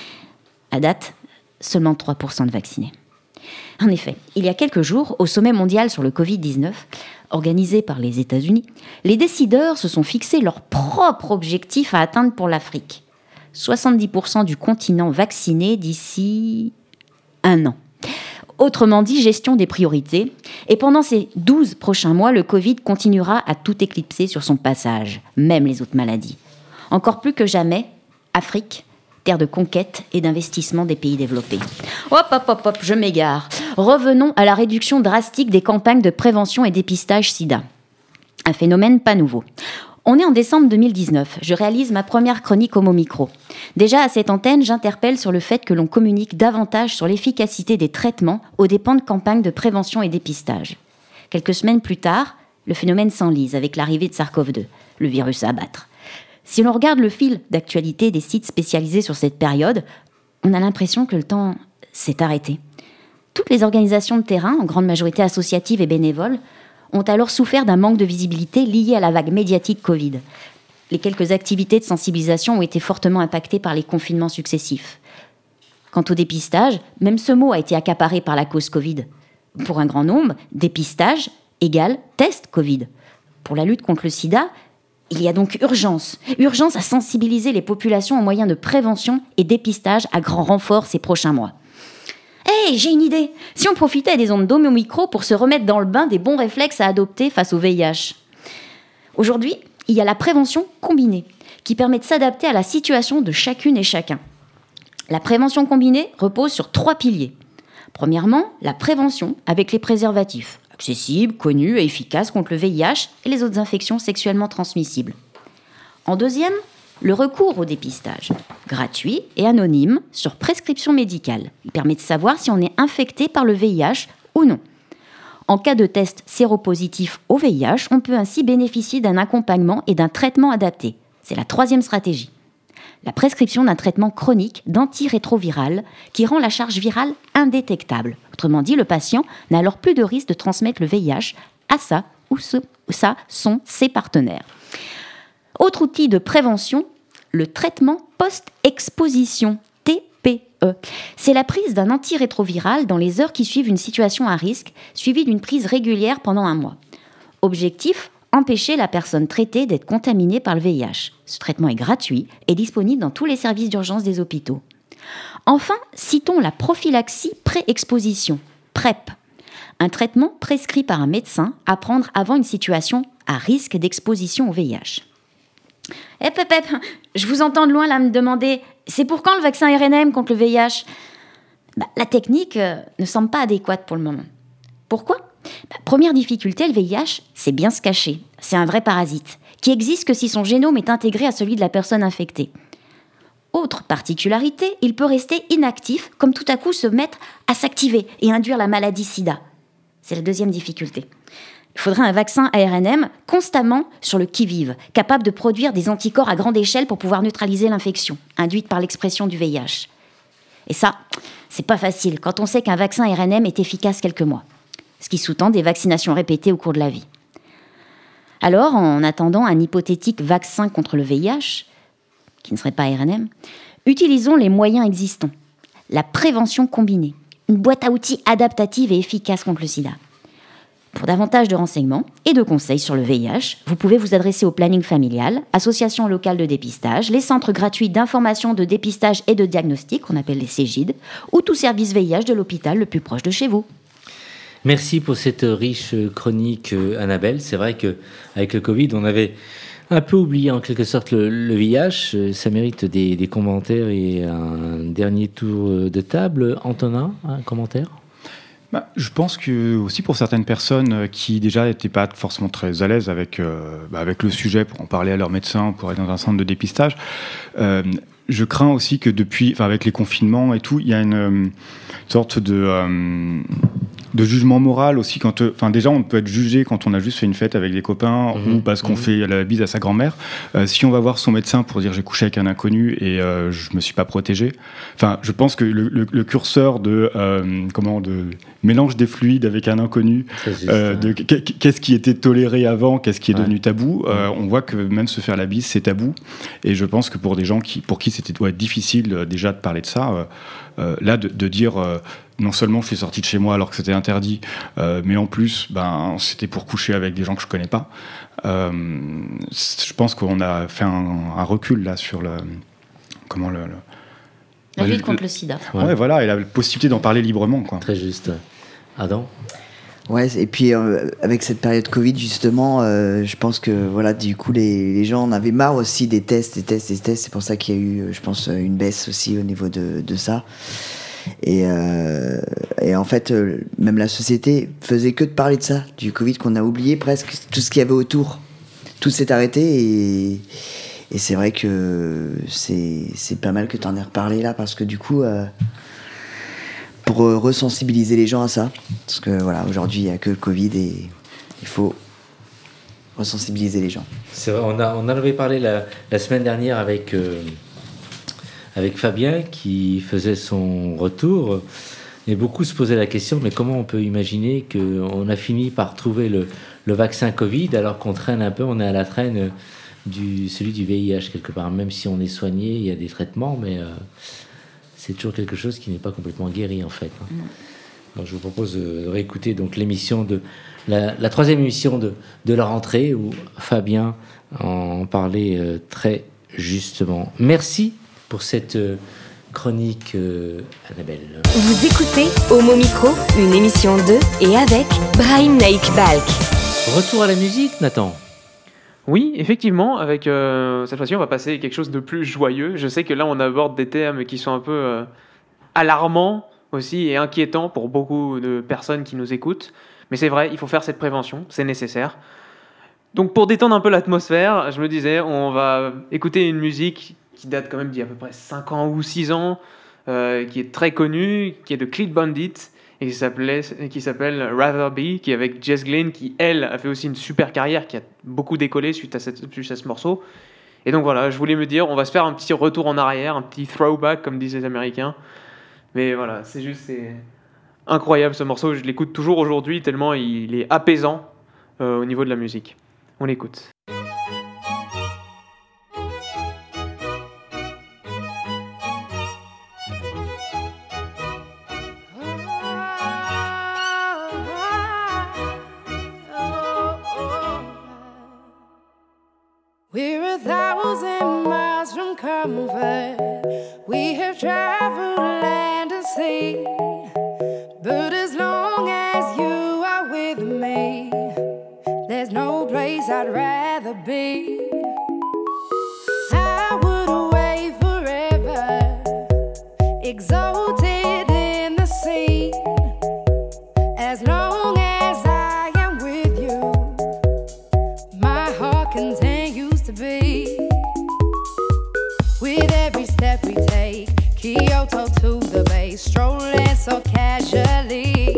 À date, seulement trois pour cent de vaccinés. En effet, il y a quelques jours, au sommet mondial sur le covid dix-neuf, organisé par les États-Unis, les décideurs se sont fixés leur propre objectif à atteindre pour l'Afrique. soixante-dix pour cent du continent vacciné d'ici un an. Autrement dit, gestion des priorités. Et pendant ces douze prochains mois, le Covid continuera à tout éclipser sur son passage, même les autres maladies. Encore plus que jamais, Afrique, terre de conquête et d'investissement des pays développés. Hop, hop, hop, hop, je m'égare. Revenons à la réduction drastique des campagnes de prévention et dépistage sida. Un phénomène pas nouveau. On est en décembre deux mille dix-neuf. Je réalise ma première chronique Homo Micro. Déjà à cette antenne, j'interpelle sur le fait que l'on communique davantage sur l'efficacité des traitements aux dépens de campagnes de prévention et dépistage. Quelques semaines plus tard, le phénomène s'enlise avec l'arrivée de SARS-C o V deux, le virus à abattre. Si l'on regarde le fil d'actualité des sites spécialisés sur cette période, on a l'impression que le temps s'est arrêté. Toutes les organisations de terrain, en grande majorité associatives et bénévoles, ont alors souffert d'un manque de visibilité lié à la vague médiatique Covid. Les quelques activités de sensibilisation ont été fortement impactées par les confinements successifs. Quant au dépistage, même ce mot a été accaparé par la cause Covid. Pour un grand nombre, dépistage égale test Covid. Pour la lutte contre le sida, il y a donc urgence. Urgence à sensibiliser les populations aux moyens de prévention et dépistage à grand renfort ces prochains mois. Hey, j'ai une idée. Si on profitait des ondes d'Homo Micro pour se remettre dans le bain des bons réflexes à adopter face au V I H. Aujourd'hui, il y a la prévention combinée, qui permet de s'adapter à la situation de chacune et chacun. La prévention combinée repose sur trois piliers. Premièrement, la prévention avec les préservatifs, accessibles, connus et efficaces contre le V I H et les autres infections sexuellement transmissibles. En deuxième, le recours au dépistage, gratuit et anonyme, sur prescription médicale. Il permet de savoir si on est infecté par le V I H ou non. En cas de test séropositif au V I H, on peut ainsi bénéficier d'un accompagnement et d'un traitement adapté. C'est la troisième stratégie. la prescription d'un traitement chronique d'antirétroviral qui rend la charge virale indétectable. Autrement dit, le patient n'a alors plus de risque de transmettre le V I H à sa ou ce, ça sont ses partenaires. Autre outil de prévention, le traitement post-exposition, T P E. C'est la prise d'un antirétroviral dans les heures qui suivent une situation à risque, suivie d'une prise régulière pendant un mois. Objectif, empêcher la personne traitée d'être contaminée par le V I H. Ce traitement est gratuit et disponible dans tous les services d'urgence des hôpitaux. Enfin, citons la prophylaxie pré-exposition, PrEP. Un traitement prescrit par un médecin à prendre avant une situation à risque d'exposition au V I H. Eh, pep, pep, je vous entends de loin là me demander « c'est pour quand le vaccin R N M contre le V I H ?» bah, La technique euh, ne semble pas adéquate pour le moment. Pourquoi ? bah, Première difficulté, le V I H, c'est bien se cacher. C'est un vrai parasite, qui existe que si son génome est intégré à celui de la personne infectée. Autre particularité, il peut rester inactif, comme tout à coup se mettre à s'activer et induire la maladie sida. C'est la deuxième difficulté. Il faudrait un vaccin A R N M constamment sur le qui-vive, capable de produire des anticorps à grande échelle pour pouvoir neutraliser l'infection, induite par l'expression du V I H. Et ça, c'est pas facile quand on sait qu'un vaccin A R N M est efficace quelques mois, ce qui sous-tend des vaccinations répétées au cours de la vie. Alors, en attendant un hypothétique vaccin contre le V I H, qui ne serait pas A R N M, utilisons les moyens existants. La prévention combinée, une boîte à outils adaptative et efficace contre le sida. Pour davantage de renseignements et de conseils sur le V I H, vous pouvez vous adresser au planning familial, association locale de dépistage, les centres gratuits d'information de dépistage et de diagnostic, qu'on appelle les C G I D, ou tout service V I H de l'hôpital le plus proche de chez vous. Merci pour cette riche chronique, Annabelle. C'est vrai qu'avec le Covid, on avait un peu oublié en quelque sorte le, le V I H. Ça mérite des, des commentaires et un dernier tour de table. Antonin, un commentaire ? Bah, je pense que aussi pour certaines personnes qui déjà n'étaient pas forcément très à l'aise avec, euh, bah, avec le sujet pour en parler à leur médecin, pour aller dans un centre de dépistage, euh, je crains aussi que depuis, enfin avec les confinements et tout, il y a une, une sorte de, euh, de jugement moral aussi. Quand, enfin déjà, on peut être jugé quand on a juste fait une fête avec des copains mmh, ou parce qu'on mmh. fait la bise à sa grand-mère. Euh, si on va voir son médecin pour dire j'ai couché avec un inconnu et euh, je me suis pas protégé. Enfin, je pense que le, le, le curseur de euh, comment de mélange des fluides avec un inconnu, euh, de qu'est-ce qui était toléré avant, qu'est-ce qui est ouais. devenu tabou. Euh, on voit que même se faire la bise, c'est tabou. Et je pense que pour des gens qui, pour qui c'était ouais, difficile euh, déjà de parler de ça, euh, euh, là de, de dire euh, non seulement je suis sorti de chez moi alors que c'était interdit, euh, mais en plus ben c'était pour coucher avec des gens que je connais pas. Euh, je pense qu'on a fait un, un recul là sur le comment le, le la lutte contre le sida. Ouais, ouais, voilà, et la possibilité d'en parler librement, quoi. Très juste. Adam ? Ouais, et puis euh, avec cette période Covid, justement, euh, je pense que voilà, du coup, les, les gens en avaient marre aussi des tests, des tests, des tests. C'est pour ça qu'il y a eu, je pense, une baisse aussi au niveau de, de ça. Et, euh, et en fait, euh, même la société faisait que de parler de ça, du Covid, qu'on a oublié presque tout ce qu'il y avait autour. Tout s'est arrêté et, et c'est vrai que c'est, c'est pas mal que tu en aies reparlé là, parce que du coup, euh, pour resensibiliser les gens à ça, parce que voilà, aujourd'hui, il n'y a que le Covid et il faut resensibiliser les gens. C'est vrai, on, a, on en avait parlé la, la semaine dernière avec, euh, avec Fabien qui faisait son retour. Et beaucoup se posaient la question, mais comment on peut imaginer qu'on a fini par trouver le, le vaccin Covid alors qu'on traîne un peu, on est à la traîne du, celui du V I H quelque part. Même si on est soigné, il y a des traitements, mais euh, c'est toujours quelque chose qui n'est pas complètement guéri en fait. Hein. Donc, je vous propose de réécouter donc, l'émission de, la, la troisième émission de, de la rentrée où Fabien en parlait euh, très justement. Merci pour cette... Euh, chronique euh, Annabelle. Vous écoutez Homo Micro, une émission de et avec Brahim Naik Balk. Retour à la musique, Nathan. Oui, effectivement, avec euh, cette fois-ci, on va passer à quelque chose de plus joyeux. Je sais que là, on aborde des thèmes qui sont un peu euh, alarmants aussi et inquiétants pour beaucoup de personnes qui nous écoutent. Mais c'est vrai, il faut faire cette prévention, c'est nécessaire. Donc, pour détendre un peu l'atmosphère, je me disais, on va écouter une musique qui date quand même d'il y a à peu près cinq ans ou six ans, euh, qui est très connu, qui est de Clean Bandit, et qui, s'appelait, qui s'appelle Rather Be, qui est avec Jess Glynne, qui, elle, a fait aussi une super carrière, qui a beaucoup décollé suite à, cette, suite à ce morceau. Et donc voilà, je voulais me dire, on va se faire un petit retour en arrière, un petit throwback, comme disent les Américains. Mais voilà, c'est juste, c'est incroyable ce morceau. Je l'écoute toujours aujourd'hui tellement il est apaisant euh, au niveau de la musique. On l'écoute. We're a thousand miles from comfort. We have traveled land and sea. But as long as you are with me, there's no place I'd rather be. I would away forever, exalted in the sea. As long as I am with you, my heart continues to beat. With every step we take, Kyoto to the bay, strolling so casually.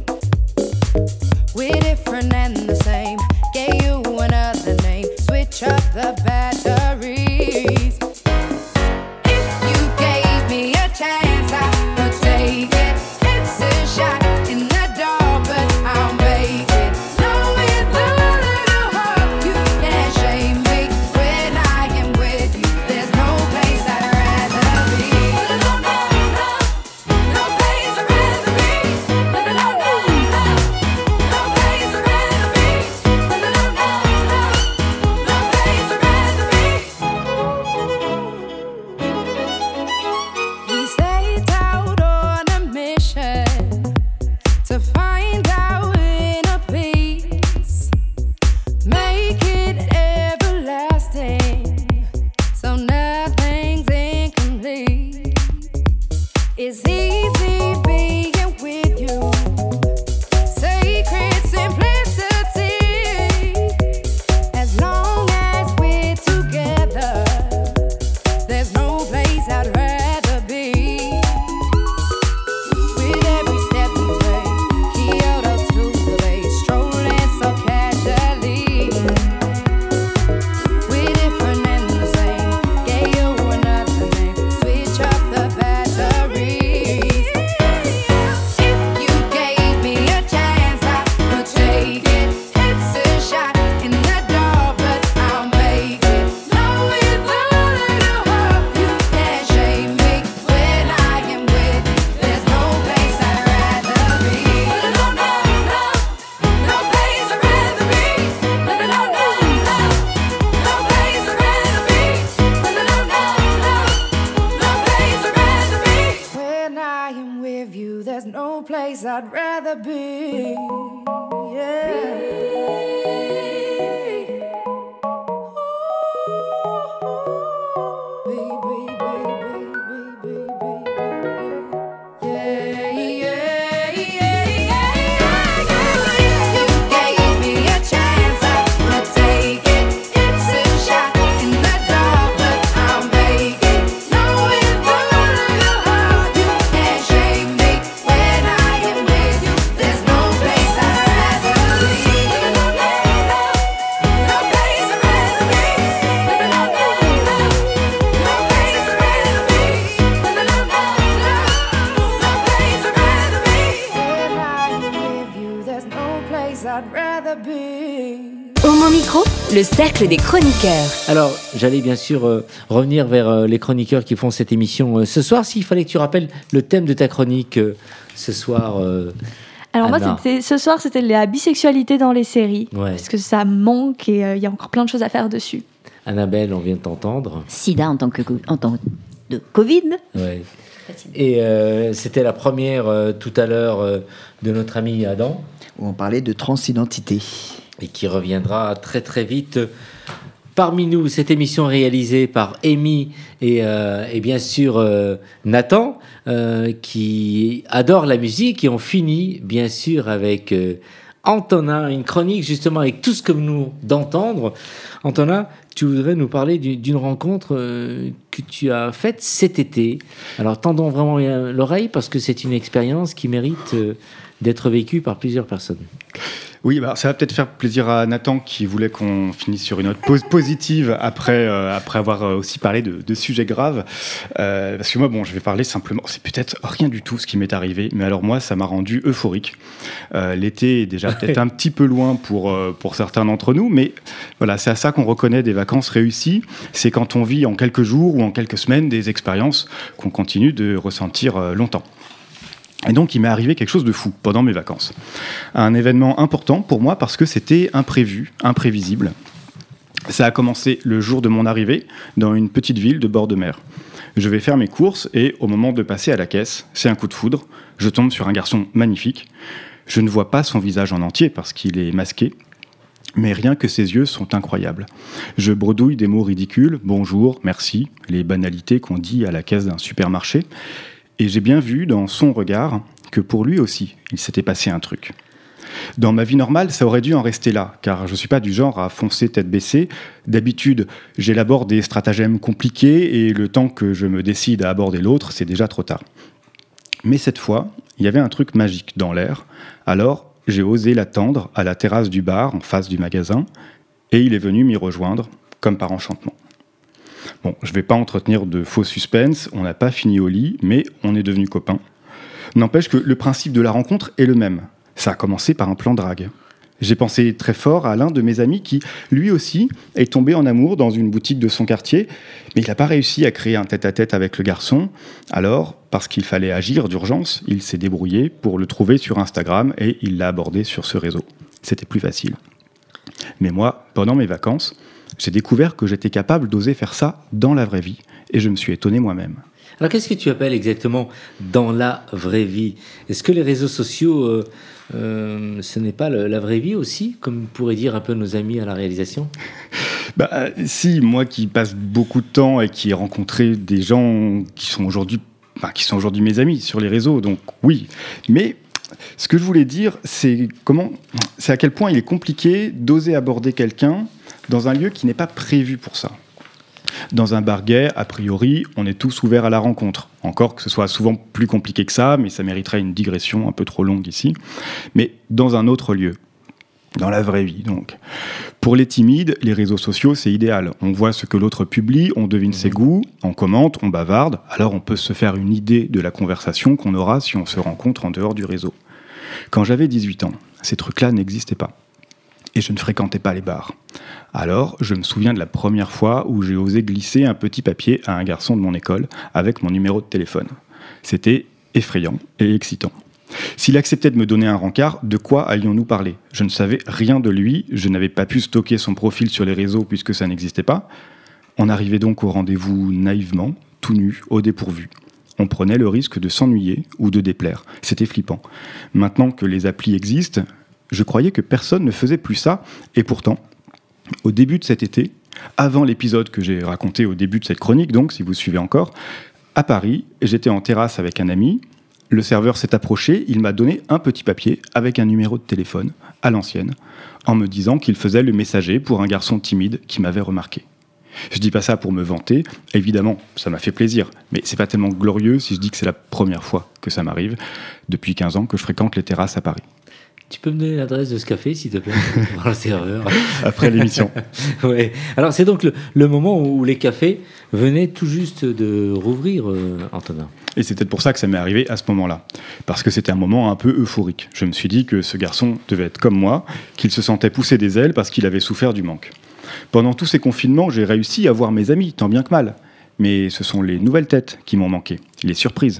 We're different and the same, gave you another name, switch up the batteries. If you gave me a chance, I would take it. It's a shot in the dark, but I'll make it. Knowing the little hope you can't shame me. When I am with you, there's no place I'd rather be. No, no, no, no place I'd rather be. No, no, no, no, no place I'd rather be. No, no, no, no, no place I'd rather be. We set out on a mission to find our inner peace, make it everlasting, so nothing's incomplete. It's easy being with you, sacred simplicity. As long as we're together, there's no place I'd rather be. With every step we take, Kyoto to the bay, strolling so casually. We're different and the same, gave you another name, switch up the batteries. If you gave me a chance, I would take it. It's a shot in the dark, but I'll make it. Knowing the little hope you can't shame me. When I am with you, there's no place I'd rather be. No, no, no, no place I'd rather be. No, no, no, no, no place I'd rather be. No, no, no, no, no place I'd rather be. When I am with you, there's no place I'd rather be. Homo Micro, le cercle des chroniqueurs. Alors, j'allais bien sûr euh, revenir vers euh, les chroniqueurs qui font cette émission euh, ce soir. S'il fallait que tu rappelles le thème de ta chronique euh, ce soir. Euh, Alors Anna. moi, c'était, ce soir, c'était la bisexualité dans les séries. Ouais. Parce que ça manque et il euh, y a encore plein de choses à faire dessus. Annabelle, on vient de t'entendre. Sida en tant que en tant de Covid. Ouais. Et euh, c'était la première euh, tout à l'heure euh, de notre ami Adam. Où on parlait de transidentité. Et qui reviendra très très vite parmi nous. Cette émission réalisée par Amy et, euh, et bien sûr euh, Nathan, euh, qui adore la musique. Et on finit bien sûr avec euh, Antonin, une chronique justement avec tout ce que nous d'entendre. Antonin, tu voudrais nous parler d'une, d'une rencontre euh, que tu as faite cet été. Alors tendons vraiment l'oreille parce que c'est une expérience qui mérite euh, d'être vécu par plusieurs personnes. Oui, bah, ça va peut-être faire plaisir à Nathan qui voulait qu'on finisse sur une note pos- positive après, euh, après avoir euh, aussi parlé de, de sujets graves. Euh, parce que moi, bon, je vais parler simplement, c'est peut-être rien du tout ce qui m'est arrivé, mais alors moi, ça m'a rendu euphorique. Euh, l'été est déjà peut-être un petit peu loin pour, euh, pour certains d'entre nous, mais voilà, c'est à ça qu'on reconnaît des vacances réussies. C'est quand on vit en quelques jours ou en quelques semaines des expériences qu'on continue de ressentir euh, longtemps. Et donc, il m'est arrivé quelque chose de fou pendant mes vacances. Un événement important pour moi parce que c'était imprévu, imprévisible. Ça a commencé le jour de mon arrivée dans une petite ville de bord de mer. Je vais faire mes courses et au moment de passer à la caisse, c'est un coup de foudre. Je tombe sur un garçon magnifique. Je ne vois pas son visage en entier parce qu'il est masqué. Mais rien que ses yeux sont incroyables. Je bredouille des mots ridicules, bonjour, merci, les banalités qu'on dit à la caisse d'un supermarché. Et j'ai bien vu dans son regard que pour lui aussi, il s'était passé un truc. Dans ma vie normale, ça aurait dû en rester là, car je ne suis pas du genre à foncer tête baissée. D'habitude, j'élabore des stratagèmes compliqués et le temps que je me décide à aborder l'autre, c'est déjà trop tard. Mais cette fois, il y avait un truc magique dans l'air. Alors, j'ai osé l'attendre à la terrasse du bar en face du magasin et il est venu m'y rejoindre, comme par enchantement. Bon, je ne vais pas entretenir de faux suspense, on n'a pas fini au lit, mais on est devenus copains. N'empêche que le principe de la rencontre est le même. Ça a commencé par un plan drague. J'ai pensé très fort à l'un de mes amis qui, lui aussi, est tombé en amour dans une boutique de son quartier, mais il n'a pas réussi à créer un tête-à-tête avec le garçon. Alors, parce qu'il fallait agir d'urgence, il s'est débrouillé pour le trouver sur Instagram et il l'a abordé sur ce réseau. C'était plus facile. Mais moi, pendant mes vacances, j'ai découvert que j'étais capable d'oser faire ça dans la vraie vie, et je me suis étonné moi-même. Alors, qu'est-ce que tu appelles exactement dans la vraie vie ? Est-ce que les réseaux sociaux, euh, euh, ce n'est pas le, la vraie vie aussi, comme pourraient dire un peu nos amis à la réalisation ? Bah, euh, si, moi qui passe beaucoup de temps et qui ai rencontré des gens qui sont aujourd'hui, enfin, qui sont aujourd'hui mes amis sur les réseaux, donc oui. Mais ce que je voulais dire, c'est comment, c'est à quel point il est compliqué d'oser aborder quelqu'un dans un lieu qui n'est pas prévu pour ça. Dans un bar gay, a priori, on est tous ouverts à la rencontre. Encore que ce soit souvent plus compliqué que ça, mais ça mériterait une digression un peu trop longue ici. Mais dans un autre lieu, dans la vraie vie, donc. Pour les timides, les réseaux sociaux, c'est idéal. On voit ce que l'autre publie, on devine ses goûts, on commente, on bavarde, alors on peut se faire une idée de la conversation qu'on aura si on se rencontre en dehors du réseau. Quand j'avais dix-huit ans, ces trucs-là n'existaient pas. Et je ne fréquentais pas les bars. Alors, je me souviens de la première fois où j'ai osé glisser un petit papier à un garçon de mon école avec mon numéro de téléphone. C'était effrayant et excitant. S'il acceptait de me donner un rencard, de quoi allions-nous parler ? Je ne savais rien de lui, je n'avais pas pu stocker son profil sur les réseaux puisque ça n'existait pas. On arrivait donc au rendez-vous naïvement, tout nu, au dépourvu. On prenait le risque de s'ennuyer ou de déplaire. C'était flippant. Maintenant que les applis existent, je croyais que personne ne faisait plus ça, et pourtant, au début de cet été, avant l'épisode que j'ai raconté au début de cette chronique, donc, si vous suivez encore, à Paris, j'étais en terrasse avec un ami, le serveur s'est approché, il m'a donné un petit papier avec un numéro de téléphone, à l'ancienne, en me disant qu'il faisait le messager pour un garçon timide qui m'avait remarqué. Je dis pas ça pour me vanter, évidemment, ça m'a fait plaisir, mais c'est pas tellement glorieux si je dis que c'est la première fois que ça m'arrive, depuis quinze ans que je fréquente les terrasses à Paris. Tu peux me donner l'adresse de ce café, s'il te plaît, pour voir le serveur. Après l'émission. Ouais. Alors, c'est donc le, le moment où les cafés venaient tout juste de rouvrir, euh, Antonin. Et c'est peut-être pour ça que ça m'est arrivé à ce moment-là. Parce que c'était un moment un peu euphorique. Je me suis dit que ce garçon devait être comme moi, qu'il se sentait pousser des ailes parce qu'il avait souffert du manque. Pendant tous ces confinements, j'ai réussi à voir mes amis, tant bien que mal. Mais ce sont les nouvelles têtes qui m'ont manqué, les surprises.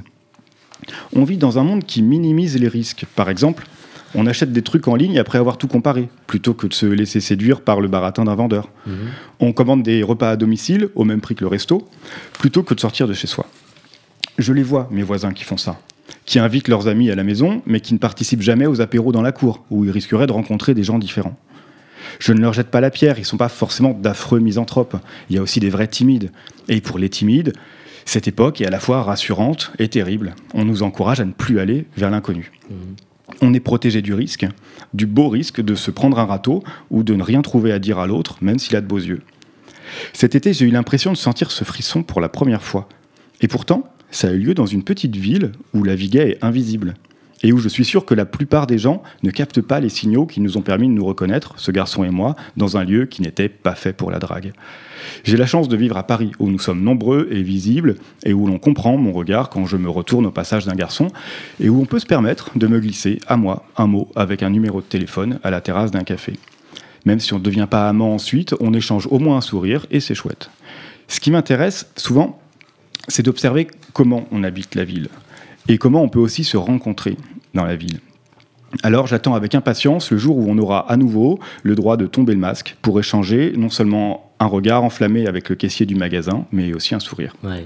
On vit dans un monde qui minimise les risques. Par exemple, on achète des trucs en ligne après avoir tout comparé, plutôt que de se laisser séduire par le baratin d'un vendeur. Mmh. On commande des repas à domicile, au même prix que le resto, plutôt que de sortir de chez soi. Je les vois, mes voisins qui font ça, qui invitent leurs amis à la maison, mais qui ne participent jamais aux apéros dans la cour, où ils risqueraient de rencontrer des gens différents. Je ne leur jette pas la pierre, ils ne sont pas forcément d'affreux misanthropes. Il y a aussi des vrais timides. Et pour les timides, cette époque est à la fois rassurante et terrible. On nous encourage à ne plus aller vers l'inconnu. Mmh. On est protégé du risque, du beau risque de se prendre un râteau ou de ne rien trouver à dire à l'autre, même s'il a de beaux yeux. Cet été, j'ai eu l'impression de sentir ce frisson pour la première fois. Et pourtant, ça a eu lieu dans une petite ville où la vie gay est invisible. et où je suis sûr que la plupart des gens ne captent pas les signaux qui nous ont permis de nous reconnaître, ce garçon et moi, dans un lieu qui n'était pas fait pour la drague. J'ai la chance de vivre à Paris, où nous sommes nombreux et visibles, et où l'on comprend mon regard quand je me retourne au passage d'un garçon, et où on peut se permettre de me glisser, à moi, un mot avec un numéro de téléphone à la terrasse d'un café. Même si on ne devient pas amant ensuite, on échange au moins un sourire, et c'est chouette. Ce qui m'intéresse, souvent, c'est d'observer comment on habite la ville, et comment on peut aussi se rencontrer dans la ville. Alors j'attends avec impatience le jour où on aura à nouveau le droit de tomber le masque pour échanger non seulement un regard enflammé avec le caissier du magasin, mais aussi un sourire. Ouais.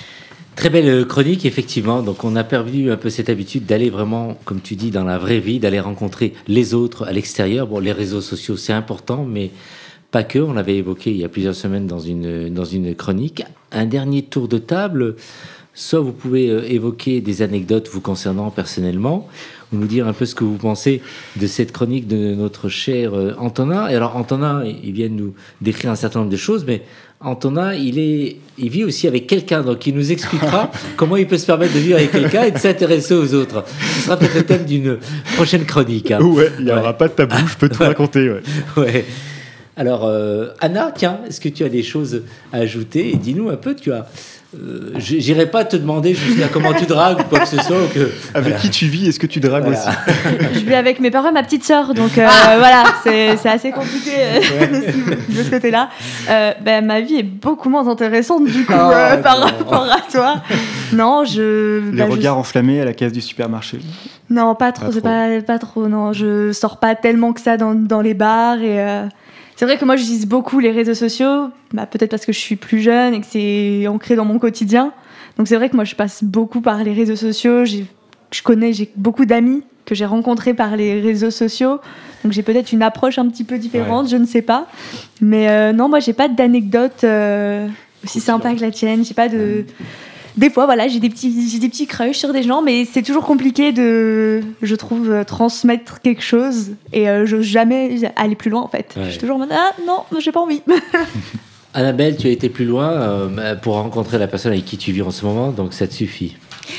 Très belle chronique, effectivement. Donc on a perdu un peu cette habitude d'aller vraiment, comme tu dis, dans la vraie vie, d'aller rencontrer les autres à l'extérieur. Bon, les réseaux sociaux, c'est important, mais pas que. On l'avait évoqué il y a plusieurs semaines dans une, dans une chronique. Un dernier tour de table. Soit vous pouvez euh, évoquer des anecdotes vous concernant personnellement, ou nous dire un peu ce que vous pensez de cette chronique de notre cher euh, Antonin. Et alors Antonin, il vient de nous décrire un certain nombre de choses, mais Antonin, il, est, il vit aussi avec quelqu'un, donc il nous expliquera comment il peut se permettre de vivre avec quelqu'un et de s'intéresser aux autres. Ce sera peut-être le thème d'une prochaine chronique. Hein. Ouais, il n'y aura ouais. pas de tabou, je peux tout raconter. Ouais. ouais. Alors, euh, Anna, tiens, est-ce que tu as des choses à ajouter ? Et dis-nous un peu, tu as... Euh, j'irai pas te demander jusqu'à comment tu dragues ou quoi que ce soit. Ou que, avec voilà. qui tu vis, est-ce que tu dragues voilà. aussi ? Je vis avec mes parents et ma petite sœur, donc euh, ah voilà, c'est, c'est assez compliqué ouais. de ce côté-là. Euh, ben, ma vie est beaucoup moins intéressante du coup oh, euh, par rapport à toi. Non, je. Les ben, regards je... enflammés à la caisse du supermarché. Non, pas trop, pas c'est trop. Pas, pas trop. Non, je sors pas tellement que ça dans, dans les bars et. Euh... C'est vrai que moi, j'utilise beaucoup les réseaux sociaux, bah, peut-être parce que je suis plus jeune et que c'est ancré dans mon quotidien. Donc c'est vrai que moi, je passe beaucoup par les réseaux sociaux. J'ai, je connais, j'ai beaucoup d'amis que j'ai rencontrés par les réseaux sociaux. Donc j'ai peut-être une approche un petit peu différente, ouais. je ne sais pas. Mais euh, non, moi, j'ai pas d'anecdote euh, aussi sympa que la tienne. J'ai pas de... Des fois, voilà, j'ai des petits, j'ai des petits crushs sur des gens, mais c'est toujours compliqué de, je trouve, euh, transmettre quelque chose et euh, je n'ose jamais aller plus loin en fait. Ouais. Je suis toujours en mode ah non, j'ai pas envie. Annabelle, tu as été plus loin euh, pour rencontrer la personne avec qui tu vis en ce moment, donc ça te suffit.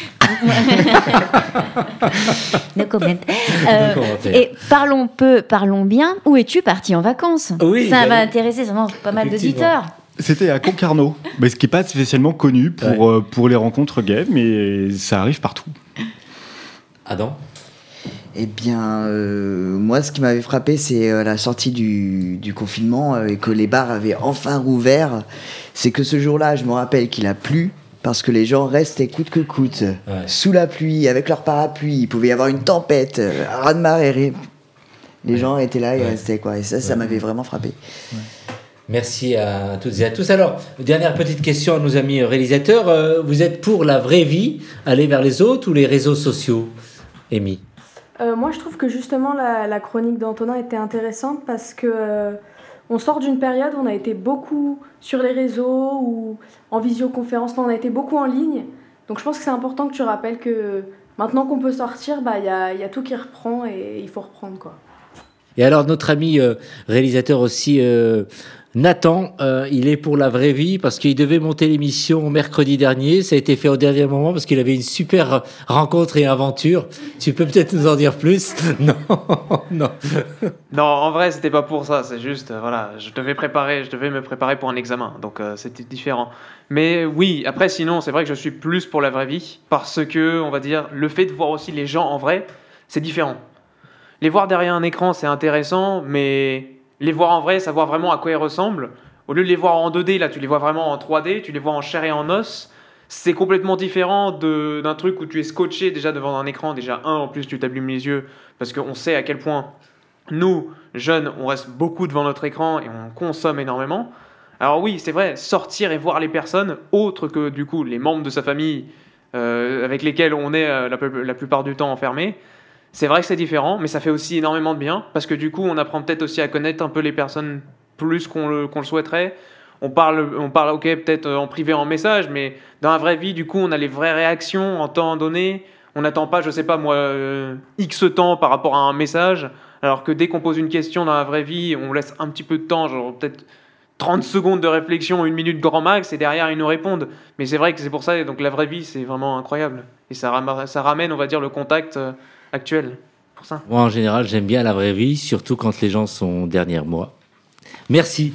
No comment. Euh, et parlons peu, parlons bien. Où es-tu parti en vacances ? Oui, ça va intéresser sûrement pas mal d'auditeurs. C'était à Concarneau, mais ce qui n'est pas spécialement connu pour, ouais. euh, pour les rencontres gays, mais ça arrive partout. Adam ? Eh bien, euh, moi, ce qui m'avait frappé, c'est euh, la sortie du, du confinement euh, et que les bars avaient enfin rouvert. C'est que ce jour-là, je me rappelle qu'il a plu parce que les gens restaient coûte que coûte, ouais. sous la pluie, avec leur parapluie. Il pouvait y avoir une tempête, un raz-de-marée. Les ouais. gens étaient là, ils ouais. restaient, quoi. Et ça, ouais. ça m'avait vraiment frappé. Ouais. Merci à toutes et à tous. Alors, dernière petite question à nos amis réalisateurs. Euh, vous êtes pour la vraie vie, aller vers les autres ou les réseaux sociaux ? Amy ? euh, Moi, je trouve que justement, la, la chronique d'Antonin était intéressante parce que euh, on sort d'une période où on a été beaucoup sur les réseaux ou en visioconférence. Enfin, on a été beaucoup en ligne. Donc, je pense que c'est important que tu rappelles que maintenant qu'on peut sortir, bah, y a, y a tout qui reprend et il faut reprendre, quoi. Et alors, notre ami euh, réalisateur aussi... Euh, Nathan, euh, il est pour la vraie vie parce qu'il devait monter l'émission mercredi dernier. Ça a été fait au dernier moment parce qu'il avait une super rencontre et aventure. Tu peux peut-être nous en dire plus ? Non, non. Non, en vrai, c'était pas pour ça. C'est juste, euh, voilà, je devais préparer, je devais me préparer pour un examen, donc euh, c'était différent. Mais oui, après, sinon, c'est vrai que je suis plus pour la vraie vie parce que, on va dire, le fait de voir aussi les gens en vrai, c'est différent. Les voir derrière un écran, c'est intéressant, mais les voir en vrai, savoir vraiment à quoi ils ressemblent, au lieu de les voir en deux D, là tu les vois vraiment en trois D, tu les vois en chair et en os, c'est complètement différent de, d'un truc où tu es scotché déjà devant un écran, déjà un, en plus tu t'abîmes les yeux, parce qu'on sait à quel point nous, jeunes, on reste beaucoup devant notre écran et on consomme énormément. Alors oui, c'est vrai, sortir et voir les personnes, autres que du coup les membres de sa famille euh, avec lesquels on est euh, la, la plupart du temps enfermés, c'est vrai que c'est différent, mais ça fait aussi énormément de bien, parce que du coup, on apprend peut-être aussi à connaître un peu les personnes plus qu'on le, qu'on le souhaiterait. On parle, on parle, ok, peut-être en privé, en message, mais dans la vraie vie, du coup, on a les vraies réactions en temps donné. On n'attend pas, je sais pas moi, euh, X temps par rapport à un message, alors que dès qu'on pose une question dans la vraie vie, on laisse un petit peu de temps, genre peut-être trente secondes de réflexion, une minute grand max, et derrière, ils nous répondent. Mais c'est vrai que c'est pour ça, donc la vraie vie, c'est vraiment incroyable. Et ça, ram- ça ramène, on va dire, le contact... Euh, actuelle pour ça. Moi, en général, j'aime bien la vraie vie, surtout quand les gens sont derniers mois. Merci.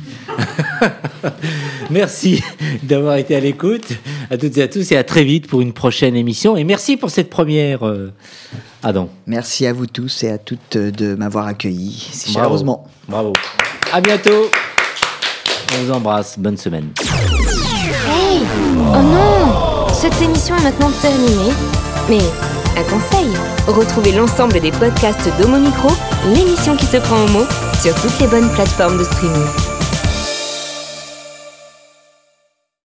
Merci d'avoir été à l'écoute. À toutes et à tous et à très vite pour une prochaine émission. Et merci pour cette première, euh, Adam. Merci à vous tous et à toutes de m'avoir accueilli si Bravo. chaleureusement. Bravo. À bientôt. On vous embrasse. Bonne semaine. Hey! Oh non! Cette émission est maintenant terminée. Mais un conseil, retrouvez l'ensemble des podcasts d'Homo Micro, l'émission qui se prend au mot, sur toutes les bonnes plateformes de streaming.